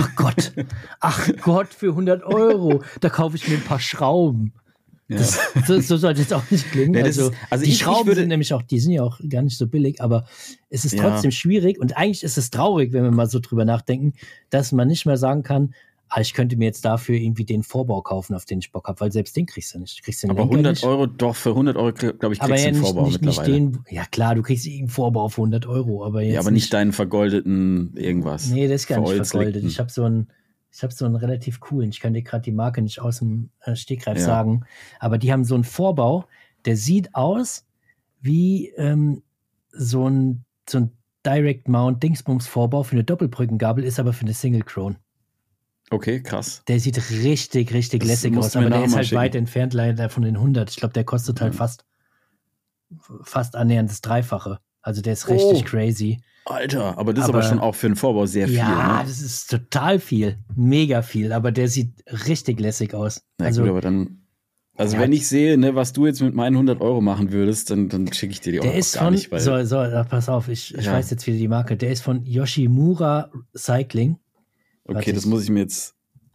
ach Gott, für 100 Euro, da kaufe ich mir ein paar Schrauben. Ja. So sollte es auch nicht klingen. Ja, also die Schrauben sind nämlich auch, die sind ja auch gar nicht so billig, aber es ist trotzdem schwierig und eigentlich ist es traurig, wenn wir mal so drüber nachdenken, dass man nicht mehr sagen kann, ich könnte mir jetzt dafür irgendwie den Vorbau kaufen, auf den ich Bock habe, weil selbst den kriegst du nicht. Aber 100 Euro, doch, für 100 Euro, glaube ich, kriegst du einen Vorbau mittlerweile. Ja klar, du kriegst einen Vorbau für 100 Euro, aber jetzt aber nicht deinen vergoldeten irgendwas. Nee, das ist gar nicht vergoldet. Ich habe so einen relativ coolen, ich kann dir gerade die Marke nicht aus dem Stegreif sagen, aber die haben so einen Vorbau, der sieht aus wie so ein Direct Mount Dingsbums Vorbau für eine Doppelbrückengabel, ist aber für eine Single Crown. Okay, krass. Der sieht richtig lässig aus, aber der ist halt weit entfernt leider von den 100. Ich glaube, der kostet halt fast annähernd das Dreifache. Also der ist richtig crazy. Alter, aber das ist aber schon auch für einen Vorbau sehr viel. Ja, ne? Das ist total viel. Mega viel, aber der sieht richtig lässig aus. Na gut, aber dann, wenn ich sehe, ne, was du jetzt mit meinen 100 Euro machen würdest, dann schicke ich dir die auch gar nicht. Weil pass auf, ich weiß jetzt wieder die Marke. Der ist von Yoshimura Cycling. Okay, das muss ich mir jetzt.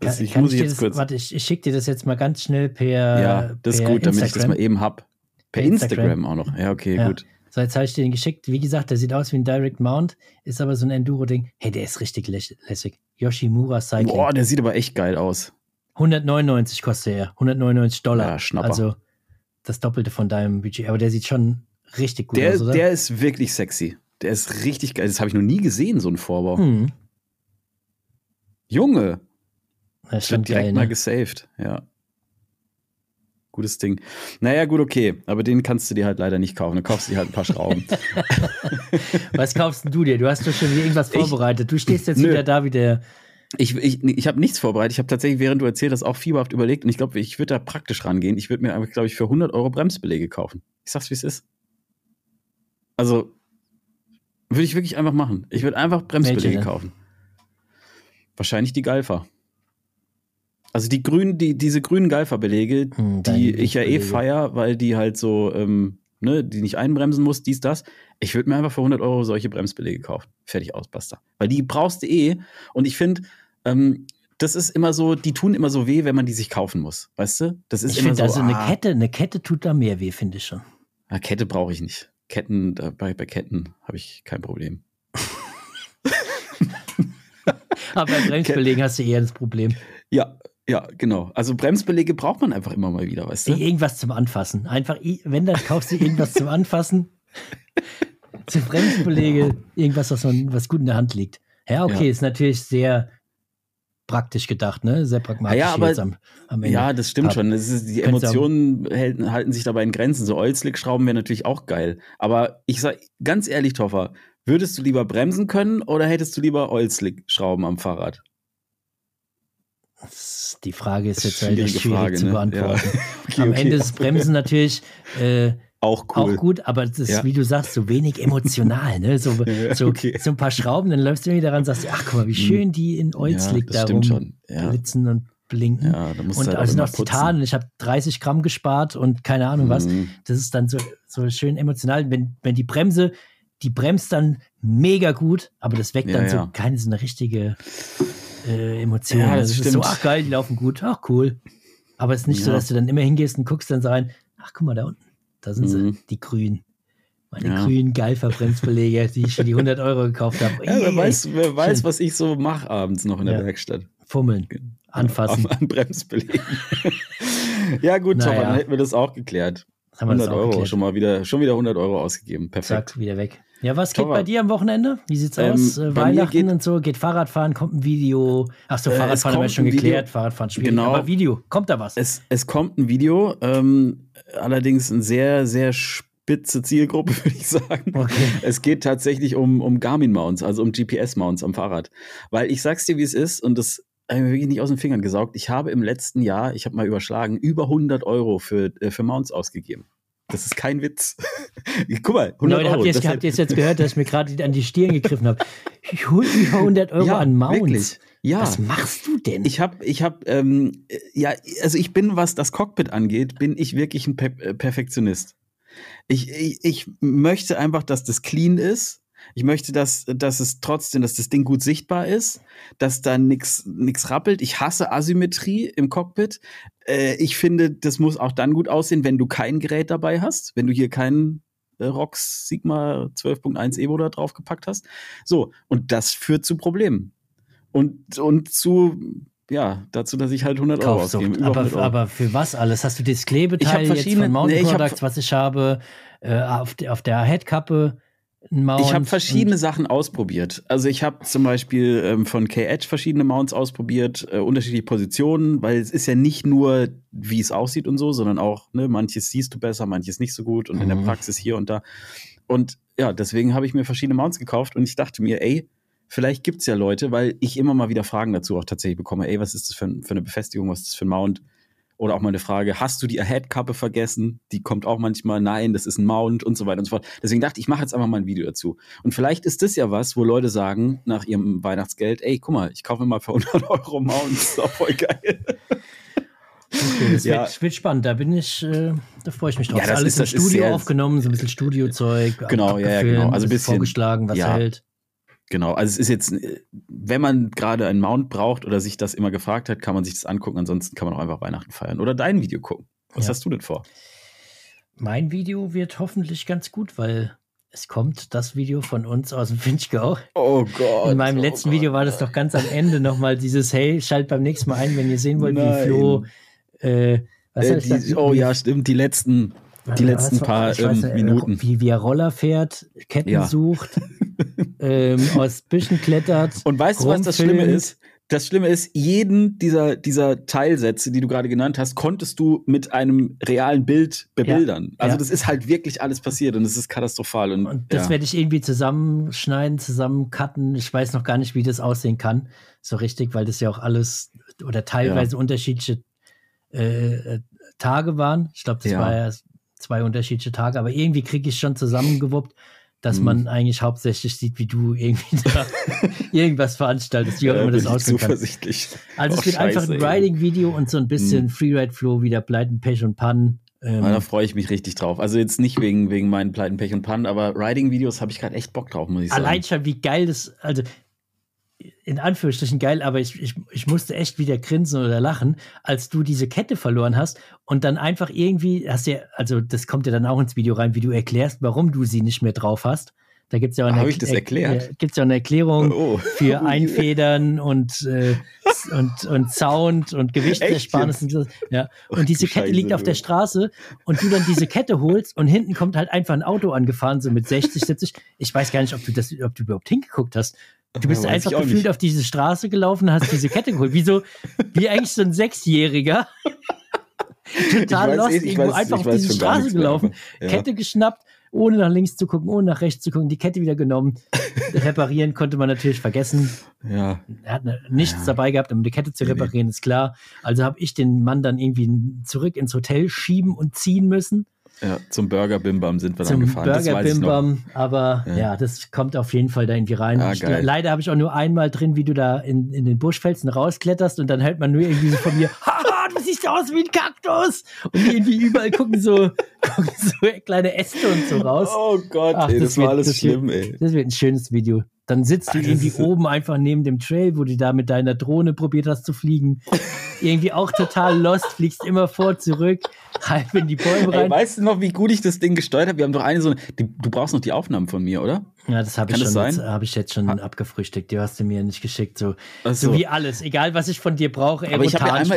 Warte, ich schicke dir das jetzt mal ganz schnell per. Ja, das ist gut, damit ich das mal eben hab. Per Instagram auch noch. Ja, okay, gut. So, jetzt habe ich dir den geschickt. Wie gesagt, der sieht aus wie ein Direct Mount, ist aber so ein Enduro-Ding. Hey, der ist richtig lässig. Yoshimura Cycling. Boah, der sieht aber echt geil aus. 199 kostet er. $199. Ja, Schnapper. Also das Doppelte von deinem Budget. Aber der sieht schon richtig gut aus, oder? Der ist wirklich sexy. Der ist richtig geil. Das habe ich noch nie gesehen, so ein Vorbau. Junge. Das wird direkt mal gesaved, ja. Gutes Ding. Naja, gut, okay. Aber den kannst du dir halt leider nicht kaufen. Dann kaufst du dir halt ein paar Schrauben. Was kaufst denn du dir? Du hast doch schon wieder irgendwas vorbereitet. Du stehst jetzt wieder da wie der... Ich habe nichts vorbereitet. Ich habe tatsächlich, während du erzählt hast, auch fieberhaft überlegt. Und ich glaube, ich würde da praktisch rangehen. Ich würde mir einfach, glaube ich, für 100 Euro Bremsbeläge kaufen. Ich sag's, wie es ist. Also, würde ich wirklich einfach machen. Ich würde einfach Bremsbeläge kaufen. Wahrscheinlich die Galfa. Also diese grünen Galfa-Beläge, die ich ja feier, weil die halt so, die nicht einbremsen muss, dies, das. Ich würde mir einfach für 100 Euro solche Bremsbeläge kaufen. Fertig aus, basta. Weil die brauchst du und ich finde, das ist immer so, die tun immer so weh, wenn man die sich kaufen muss. Weißt du? Das ist immer so. Also eine Kette tut da mehr weh, finde ich schon. Na, Kette brauche ich nicht. Bei Ketten habe ich kein Problem. Aber bei Bremsbelägen hast du eher das Problem. Ja, Ja, genau. Also Bremsbeläge braucht man einfach immer mal wieder, weißt du? Irgendwas zum Anfassen. Einfach, wenn, dann kaufst du irgendwas zum Anfassen. Zu Bremsbeläge, irgendwas, was gut in der Hand liegt. Ja, okay, ist natürlich sehr praktisch gedacht, ne? Sehr pragmatisch aber, jetzt am Ende. Ja, das stimmt schon. Die Emotionen halten sich dabei in Grenzen. So Oil-Slick-Schrauben wäre natürlich auch geil. Aber ich sag ganz ehrlich, Toffer, würdest du lieber bremsen können oder hättest du lieber Oil-Slick-Schrauben am Fahrrad? Die Frage ist jetzt schwierig zu beantworten. Ja. Am Ende ist Bremsen natürlich auch cool. Auch gut, aber das ist, wie du sagst, so wenig emotional. Ne? So ein paar Schrauben, dann läufst du irgendwie daran und sagst, ach, guck mal, wie schön die in Oil-Slick da blitzen und blinken. Ja, und halt sind auch Titan und ich habe 30 Gramm gespart und keine Ahnung was. Das ist dann so schön emotional. Wenn die bremst dann mega gut, aber das weckt dann so eine richtige Emotion. Ja, das ist so, ach geil, die laufen gut, ach cool. Aber es ist nicht so, dass du dann immer hingehst und guckst dann so rein, ach guck mal da unten, da sind sie, die grünen. Meine grünen Geifer-Bremsbeläge, die ich für die 100 € gekauft habe. Ja, wer weiß, was ich so mache abends noch in der Werkstatt. Fummeln, anfassen. An Bremsbelägen. Ja gut, Tom, dann hätten wir das auch geklärt. 100 €, schon wieder 100 € ausgegeben. Perfekt. Zack, wieder weg. Ja, was geht bei dir am Wochenende? Wie sieht's aus? Weihnachten und so, geht Fahrradfahren, kommt ein Video. Achso, Fahrradfahren haben wir schon geklärt, Fahrradfahren schwierig, genau. Aber Video, kommt da was? Es kommt ein Video, allerdings ein sehr, sehr spitze Zielgruppe, würde ich sagen. Okay. Es geht tatsächlich um Garmin-Mounts, also um GPS-Mounts am Fahrrad. Weil ich sag's dir, wie es ist, und das habe ich mir wirklich nicht aus den Fingern gesaugt. Ich habe im letzten Jahr, ich habe mal überschlagen, über 100 € für Mounts ausgegeben. Das ist kein Witz. Guck mal, 100 Leute, habt ihr es jetzt gehört, dass ich mir gerade an die Stirn gegriffen habe? Über 100 € an Mounts. Wirklich. Ja. Was machst du denn? Ich bin, was das Cockpit angeht, bin ich wirklich ein Perfektionist. Ich möchte einfach, dass das clean ist. Ich möchte, dass es trotzdem, dass das Ding gut sichtbar ist, dass da nix rappelt. Ich hasse Asymmetrie im Cockpit. Ich finde, das muss auch dann gut aussehen, wenn du kein Gerät dabei hast, wenn du hier keinen ROX Sigma 12.1 Evo da drauf gepackt hast. So, und das führt zu Problemen. Und dazu, dass ich halt 100 € ausgebe. Aber für was alles? Hast du das Klebeteil jetzt von Mountain Products, was ich habe, auf der Headkappe? Ich habe verschiedene Sachen ausprobiert. Also ich habe zum Beispiel von K-Edge verschiedene Mounts ausprobiert, unterschiedliche Positionen, weil es ist ja nicht nur, wie es aussieht und so, sondern auch, ne, manches siehst du besser, manches nicht so gut und in der Praxis hier und da. Und ja, deswegen habe ich mir verschiedene Mounts gekauft und ich dachte mir, vielleicht gibt's ja Leute, weil ich immer mal wieder Fragen dazu auch tatsächlich bekomme, was ist das für eine Befestigung, was ist das für ein Mount? Oder auch mal eine Frage, hast du die Headkappe vergessen? Die kommt auch manchmal, nein, das ist ein Mount und so weiter und so fort. Deswegen dachte ich, mache jetzt einfach mal ein Video dazu. Und vielleicht ist das ja was, wo Leute sagen, nach ihrem Weihnachtsgeld, guck mal, ich kaufe mir mal für 100 € Mounts, das ist doch voll geil. Okay, das wird spannend, da freue ich mich drauf. Ja, das ist alles im Studio aufgenommen, so ein bisschen Studiozeug. Genau, genau. Also ein bisschen vorgeschlagen, was hält. Genau, also es ist jetzt, wenn man gerade einen Mount braucht oder sich das immer gefragt hat, kann man sich das angucken, ansonsten kann man auch einfach Weihnachten feiern oder dein Video gucken. Was hast du denn vor? Mein Video wird hoffentlich ganz gut, weil es kommt das Video von uns aus dem Finchgau. Oh Gott. In meinem letzten Video war das doch ganz am Ende nochmal dieses, hey, schalt beim nächsten Mal ein, wenn ihr sehen wollt, wie Flo, stimmt, die letzten paar Minuten. Wie er Roller fährt, Ketten sucht, aus Büschen klettert. Und weißt du, was das Schlimme ist? Das Schlimme ist, jeden dieser Teilsätze, die du gerade genannt hast, konntest du mit einem realen Bild bebildern. Also das ist halt wirklich alles passiert und es ist katastrophal. Und das werde ich irgendwie zusammenschneiden, zusammencutten. Ich weiß noch gar nicht, wie das aussehen kann, so richtig, weil das ja auch alles oder teilweise unterschiedliche Tage waren. Ich glaube, das war ja 2 unterschiedliche Tage, aber irgendwie kriege ich schon zusammengewuppt, dass man eigentlich hauptsächlich sieht, wie du irgendwie da irgendwas veranstaltest, wie auch immer das aussehen kann. Zuversichtlich. Also es wird einfach ein Riding-Video und so ein bisschen Freeride-Flow, wieder Pleiten, Pech und Pannen. Da freue ich mich richtig drauf. Also jetzt nicht wegen meinen Pleiten, Pech und Pannen, aber Riding-Videos habe ich gerade echt Bock drauf, muss ich sagen. Allein schon, wie geil das, also in Anführungsstrichen geil, aber ich musste echt wieder grinsen oder lachen, als du diese Kette verloren hast und dann einfach irgendwie, also das kommt ja dann auch ins Video rein, wie du erklärst, warum du sie nicht mehr drauf hast. Da gibt es ja auch Habe ich das erklärt? Gibt's ja eine Erklärung für Einfedern und Sound und Gewichtsersparnis und so. Ja. Und diese Kette liegt auf der Straße und du dann diese Kette holst und hinten kommt halt einfach ein Auto angefahren, so mit 60, 70. Ich weiß gar nicht, ob du überhaupt hingeguckt hast. Du bist einfach gefühlt auf diese Straße gelaufen, hast diese Kette geholt. Wie eigentlich so ein Sechsjähriger. Total lost, irgendwo einfach auf diese Straße gelaufen, ja. Kette geschnappt, ohne nach links zu gucken, ohne nach rechts zu gucken, die Kette wieder genommen. Reparieren konnte man natürlich vergessen. Ja. Er hat nichts dabei gehabt, um die Kette zu reparieren, ist klar. Also habe ich den Mann dann irgendwie zurück ins Hotel schieben und ziehen müssen. Ja, zum Burger Bim Bam sind wir dann gefahren. Zum Burger Bim Bam, aber ja, das kommt auf jeden Fall da irgendwie rein. Leider habe ich auch nur einmal drin, wie du da in den Buschfelsen rauskletterst und dann hört man nur irgendwie so von mir, haha, du siehst aus wie ein Kaktus! Und irgendwie überall gucken so kleine Äste und so raus. Oh Gott, das war alles schlimm, ey. Das wird ein schönes Video. Dann sitzt du irgendwie oben einfach neben dem Trail, wo du da mit deiner Drohne probiert hast zu fliegen. Irgendwie auch total lost, fliegst immer vor, zurück, halb in die Bäume rein. Ey, weißt du noch, wie gut ich das Ding gesteuert habe? Wir haben doch du brauchst noch die Aufnahmen von mir, oder? Ja, das habe ich jetzt schon abgefrühstückt. Die hast du mir nicht geschickt. So wie alles. Egal, was ich von dir brauche. Aber ich habe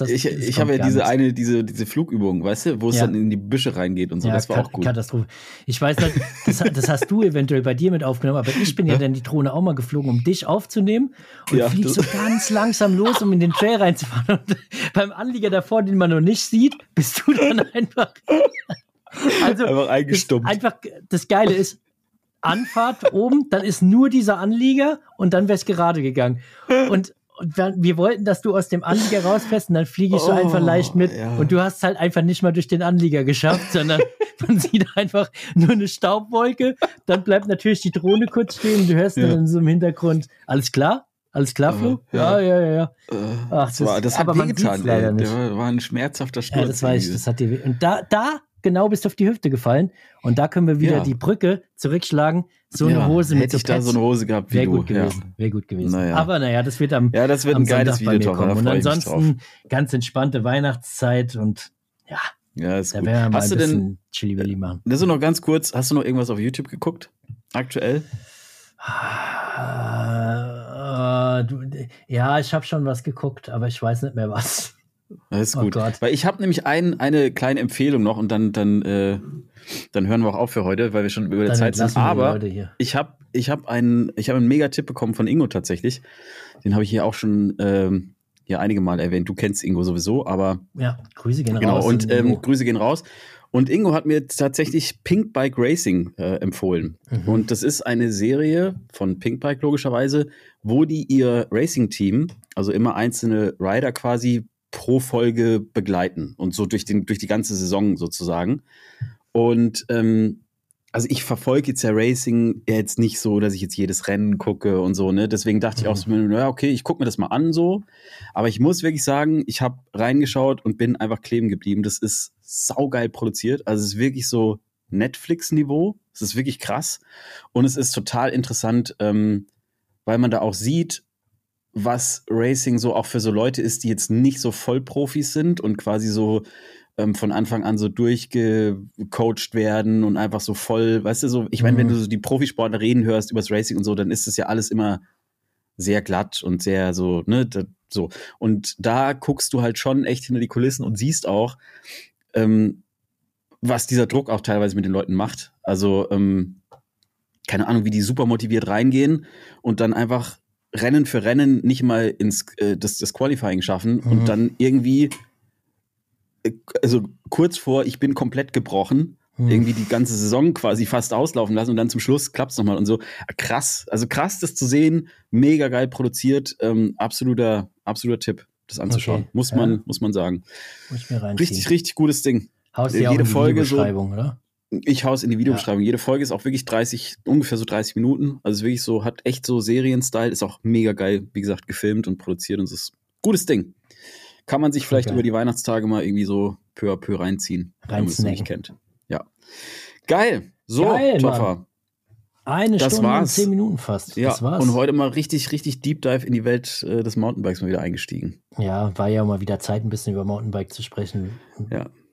ja diese Flugübung, weißt du, wo es dann in die Büsche reingeht und so. Ja, das war auch gut. Katastrophe. Ich weiß nicht, das hast du eventuell bei dir mit aufgenommen, aber ich bin ja dann die Drohne auch mal geflogen, um dich aufzunehmen und fliegst so ganz langsam los, um in den Trail reinzufahren. Und beim Anlieger davor, den man noch nicht sieht, bist du dann einfach eingestumpft. Das Geile ist, Anfahrt oben, dann ist nur dieser Anlieger und dann wär's gerade gegangen. Und wir wollten, dass du aus dem Anlieger rausfährst und dann fliege ich so einfach leicht mit und du hast halt einfach nicht mal durch den Anlieger geschafft, sondern man sieht einfach nur eine Staubwolke, dann bleibt natürlich die Drohne kurz stehen und du hörst dann in so im Hintergrund, alles klar? Alles klar, Flo? Ja. Ach, das hat wehgetan, leider nicht. Das war ein schmerzhafter Sturz. Ja, das weiß ich, das hat dir weh. Und da genau bist du auf die Hüfte gefallen und da können wir wieder die Brücke zurückschlagen. So eine Hose mit hätte ich da so eine Hose gehabt wie du. Wäre gut gewesen. Naja. Aber das wird am das wird ein geiles Video kommen. Und ansonsten ganz entspannte Weihnachtszeit und ja, ist da gut. werden wir mal ein bisschen Chili-Willi machen. Das ist noch ganz kurz, hast du noch irgendwas auf YouTube geguckt? Aktuell? Ja, ich habe schon was geguckt, aber ich weiß nicht mehr was. Das ist gut. Weil ich habe nämlich eine kleine Empfehlung noch und dann hören wir auch auf für heute, weil wir schon über der Zeit sind. Aber ich habe einen Mega-Tipp bekommen von Ingo tatsächlich. Den habe ich hier auch schon einige Mal erwähnt. Du kennst Ingo sowieso, aber ja, Grüße gehen raus. Genau, und Grüße gehen raus. Und Ingo hat mir tatsächlich Pink Bike Racing empfohlen. Mhm. Und das ist eine Serie von Pink Bike logischerweise, wo die ihr Racing-Team, also immer einzelne Rider quasi pro Folge begleiten und so durch die ganze Saison sozusagen. Und also ich verfolge jetzt ja Racing jetzt nicht so, dass ich jetzt jedes Rennen gucke und so, ne? Deswegen dachte ich auch so, okay, ich gucke mir das mal an so. Aber ich muss wirklich sagen, ich habe reingeschaut und bin einfach kleben geblieben. Das ist saugeil produziert. Also es ist wirklich so Netflix-Niveau. Es ist wirklich krass. Und es ist total interessant, weil man da auch sieht, was Racing so auch für so Leute ist, die jetzt nicht so Vollprofis sind und quasi so von Anfang an so durchgecoacht werden und einfach so voll, weißt du, so, ich meine, wenn du so die Profisportler reden hörst übers Racing und so, dann ist das ja alles immer sehr glatt und sehr so, ne, so. Und da guckst du halt schon echt hinter die Kulissen und siehst auch, was dieser Druck auch teilweise mit den Leuten macht. Also, keine Ahnung, wie die super motiviert reingehen und dann einfach Rennen für Rennen nicht mal das Qualifying schaffen und dann irgendwie also kurz vor, ich bin komplett gebrochen, irgendwie die ganze Saison quasi fast auslaufen lassen und dann zum Schluss klappt es nochmal und so. Krass, also krass, das zu sehen, mega geil produziert, absoluter Tipp, das anzuschauen, okay. muss man sagen. Muss ich mir reinziehen. Richtig, richtig gutes Ding. Haust du ja auch in die Videobeschreibung, oder? Ich hau's in die Videobeschreibung. Jede Folge ist auch wirklich ungefähr so 30 Minuten, also wirklich so, hat echt so Serienstyle, ist auch mega geil, wie gesagt, gefilmt und produziert und es ist ein gutes Ding. Kann man sich vielleicht über die Weihnachtstage mal irgendwie so peu à peu reinziehen, wenn man es nicht kennt. Ja. Geil. So, Toffer. Eine Stunde und 10 Minuten fast. Ja, das war's. Und heute mal richtig, richtig Deep Dive in die Welt des Mountainbikes mal wieder eingestiegen. Ja, war ja mal wieder Zeit, ein bisschen über Mountainbike zu sprechen. Ja.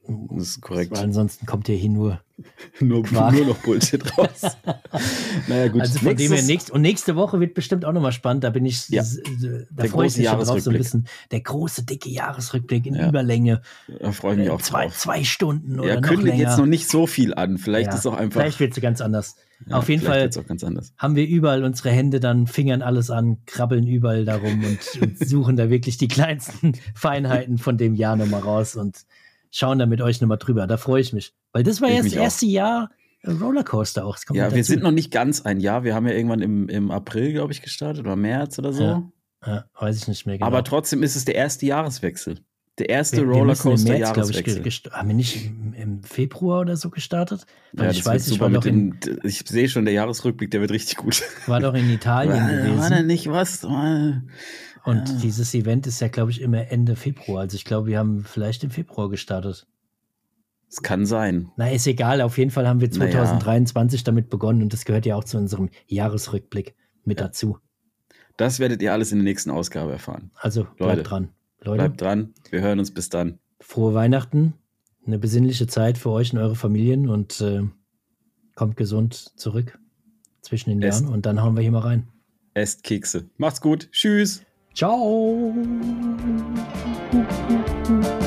Das ist korrekt. Weil ansonsten kommt ja hier nur noch Bullshit raus. Naja, gut. Also von dem her nächste Woche wird bestimmt auch nochmal spannend. Da bin ich, da freue ich mich schon drauf, so ein bisschen. Der große, dicke Jahresrückblick in Überlänge. Da freue ich mich auch drauf. 2 Stunden oder noch kündigt länger. Jetzt noch nicht so viel an. Vielleicht ist auch einfach. Vielleicht wird es ganz anders. Auf jeden Fall haben wir überall unsere Hände, dann fingern alles an, krabbeln überall darum und suchen da wirklich die kleinsten Feinheiten von dem Jahr nochmal raus und schauen da mit euch nochmal drüber. Da freue ich mich. Weil das war ja das erste Jahr Rollercoaster auch. Wir sind noch nicht ganz ein Jahr. Wir haben ja irgendwann im April, glaube ich, gestartet oder März oder so. Ja, weiß ich nicht mehr genau. Aber trotzdem ist es der erste Jahreswechsel. Der erste Rollercoaster-Jahreswechsel. Haben wir nicht im Februar oder so gestartet? Weil ich weiß, ich sehe schon, der Jahresrückblick, der wird richtig gut. War doch in Italien gewesen. War da nicht was? Und dieses Event ist ja, glaube ich, immer Ende Februar. Also ich glaube, wir haben vielleicht im Februar gestartet. Es kann sein. Na, ist egal. Auf jeden Fall haben wir 2023 damit begonnen und das gehört ja auch zu unserem Jahresrückblick mit dazu. Das werdet ihr alles in der nächsten Ausgabe erfahren. Also bleibt dran. Leute, bleibt dran. Wir hören uns bis dann. Frohe Weihnachten. Eine besinnliche Zeit für euch und eure Familien und kommt gesund zurück zwischen den Jahren und dann hauen wir hier mal rein. Esst Kekse. Macht's gut. Tschüss. Ciao.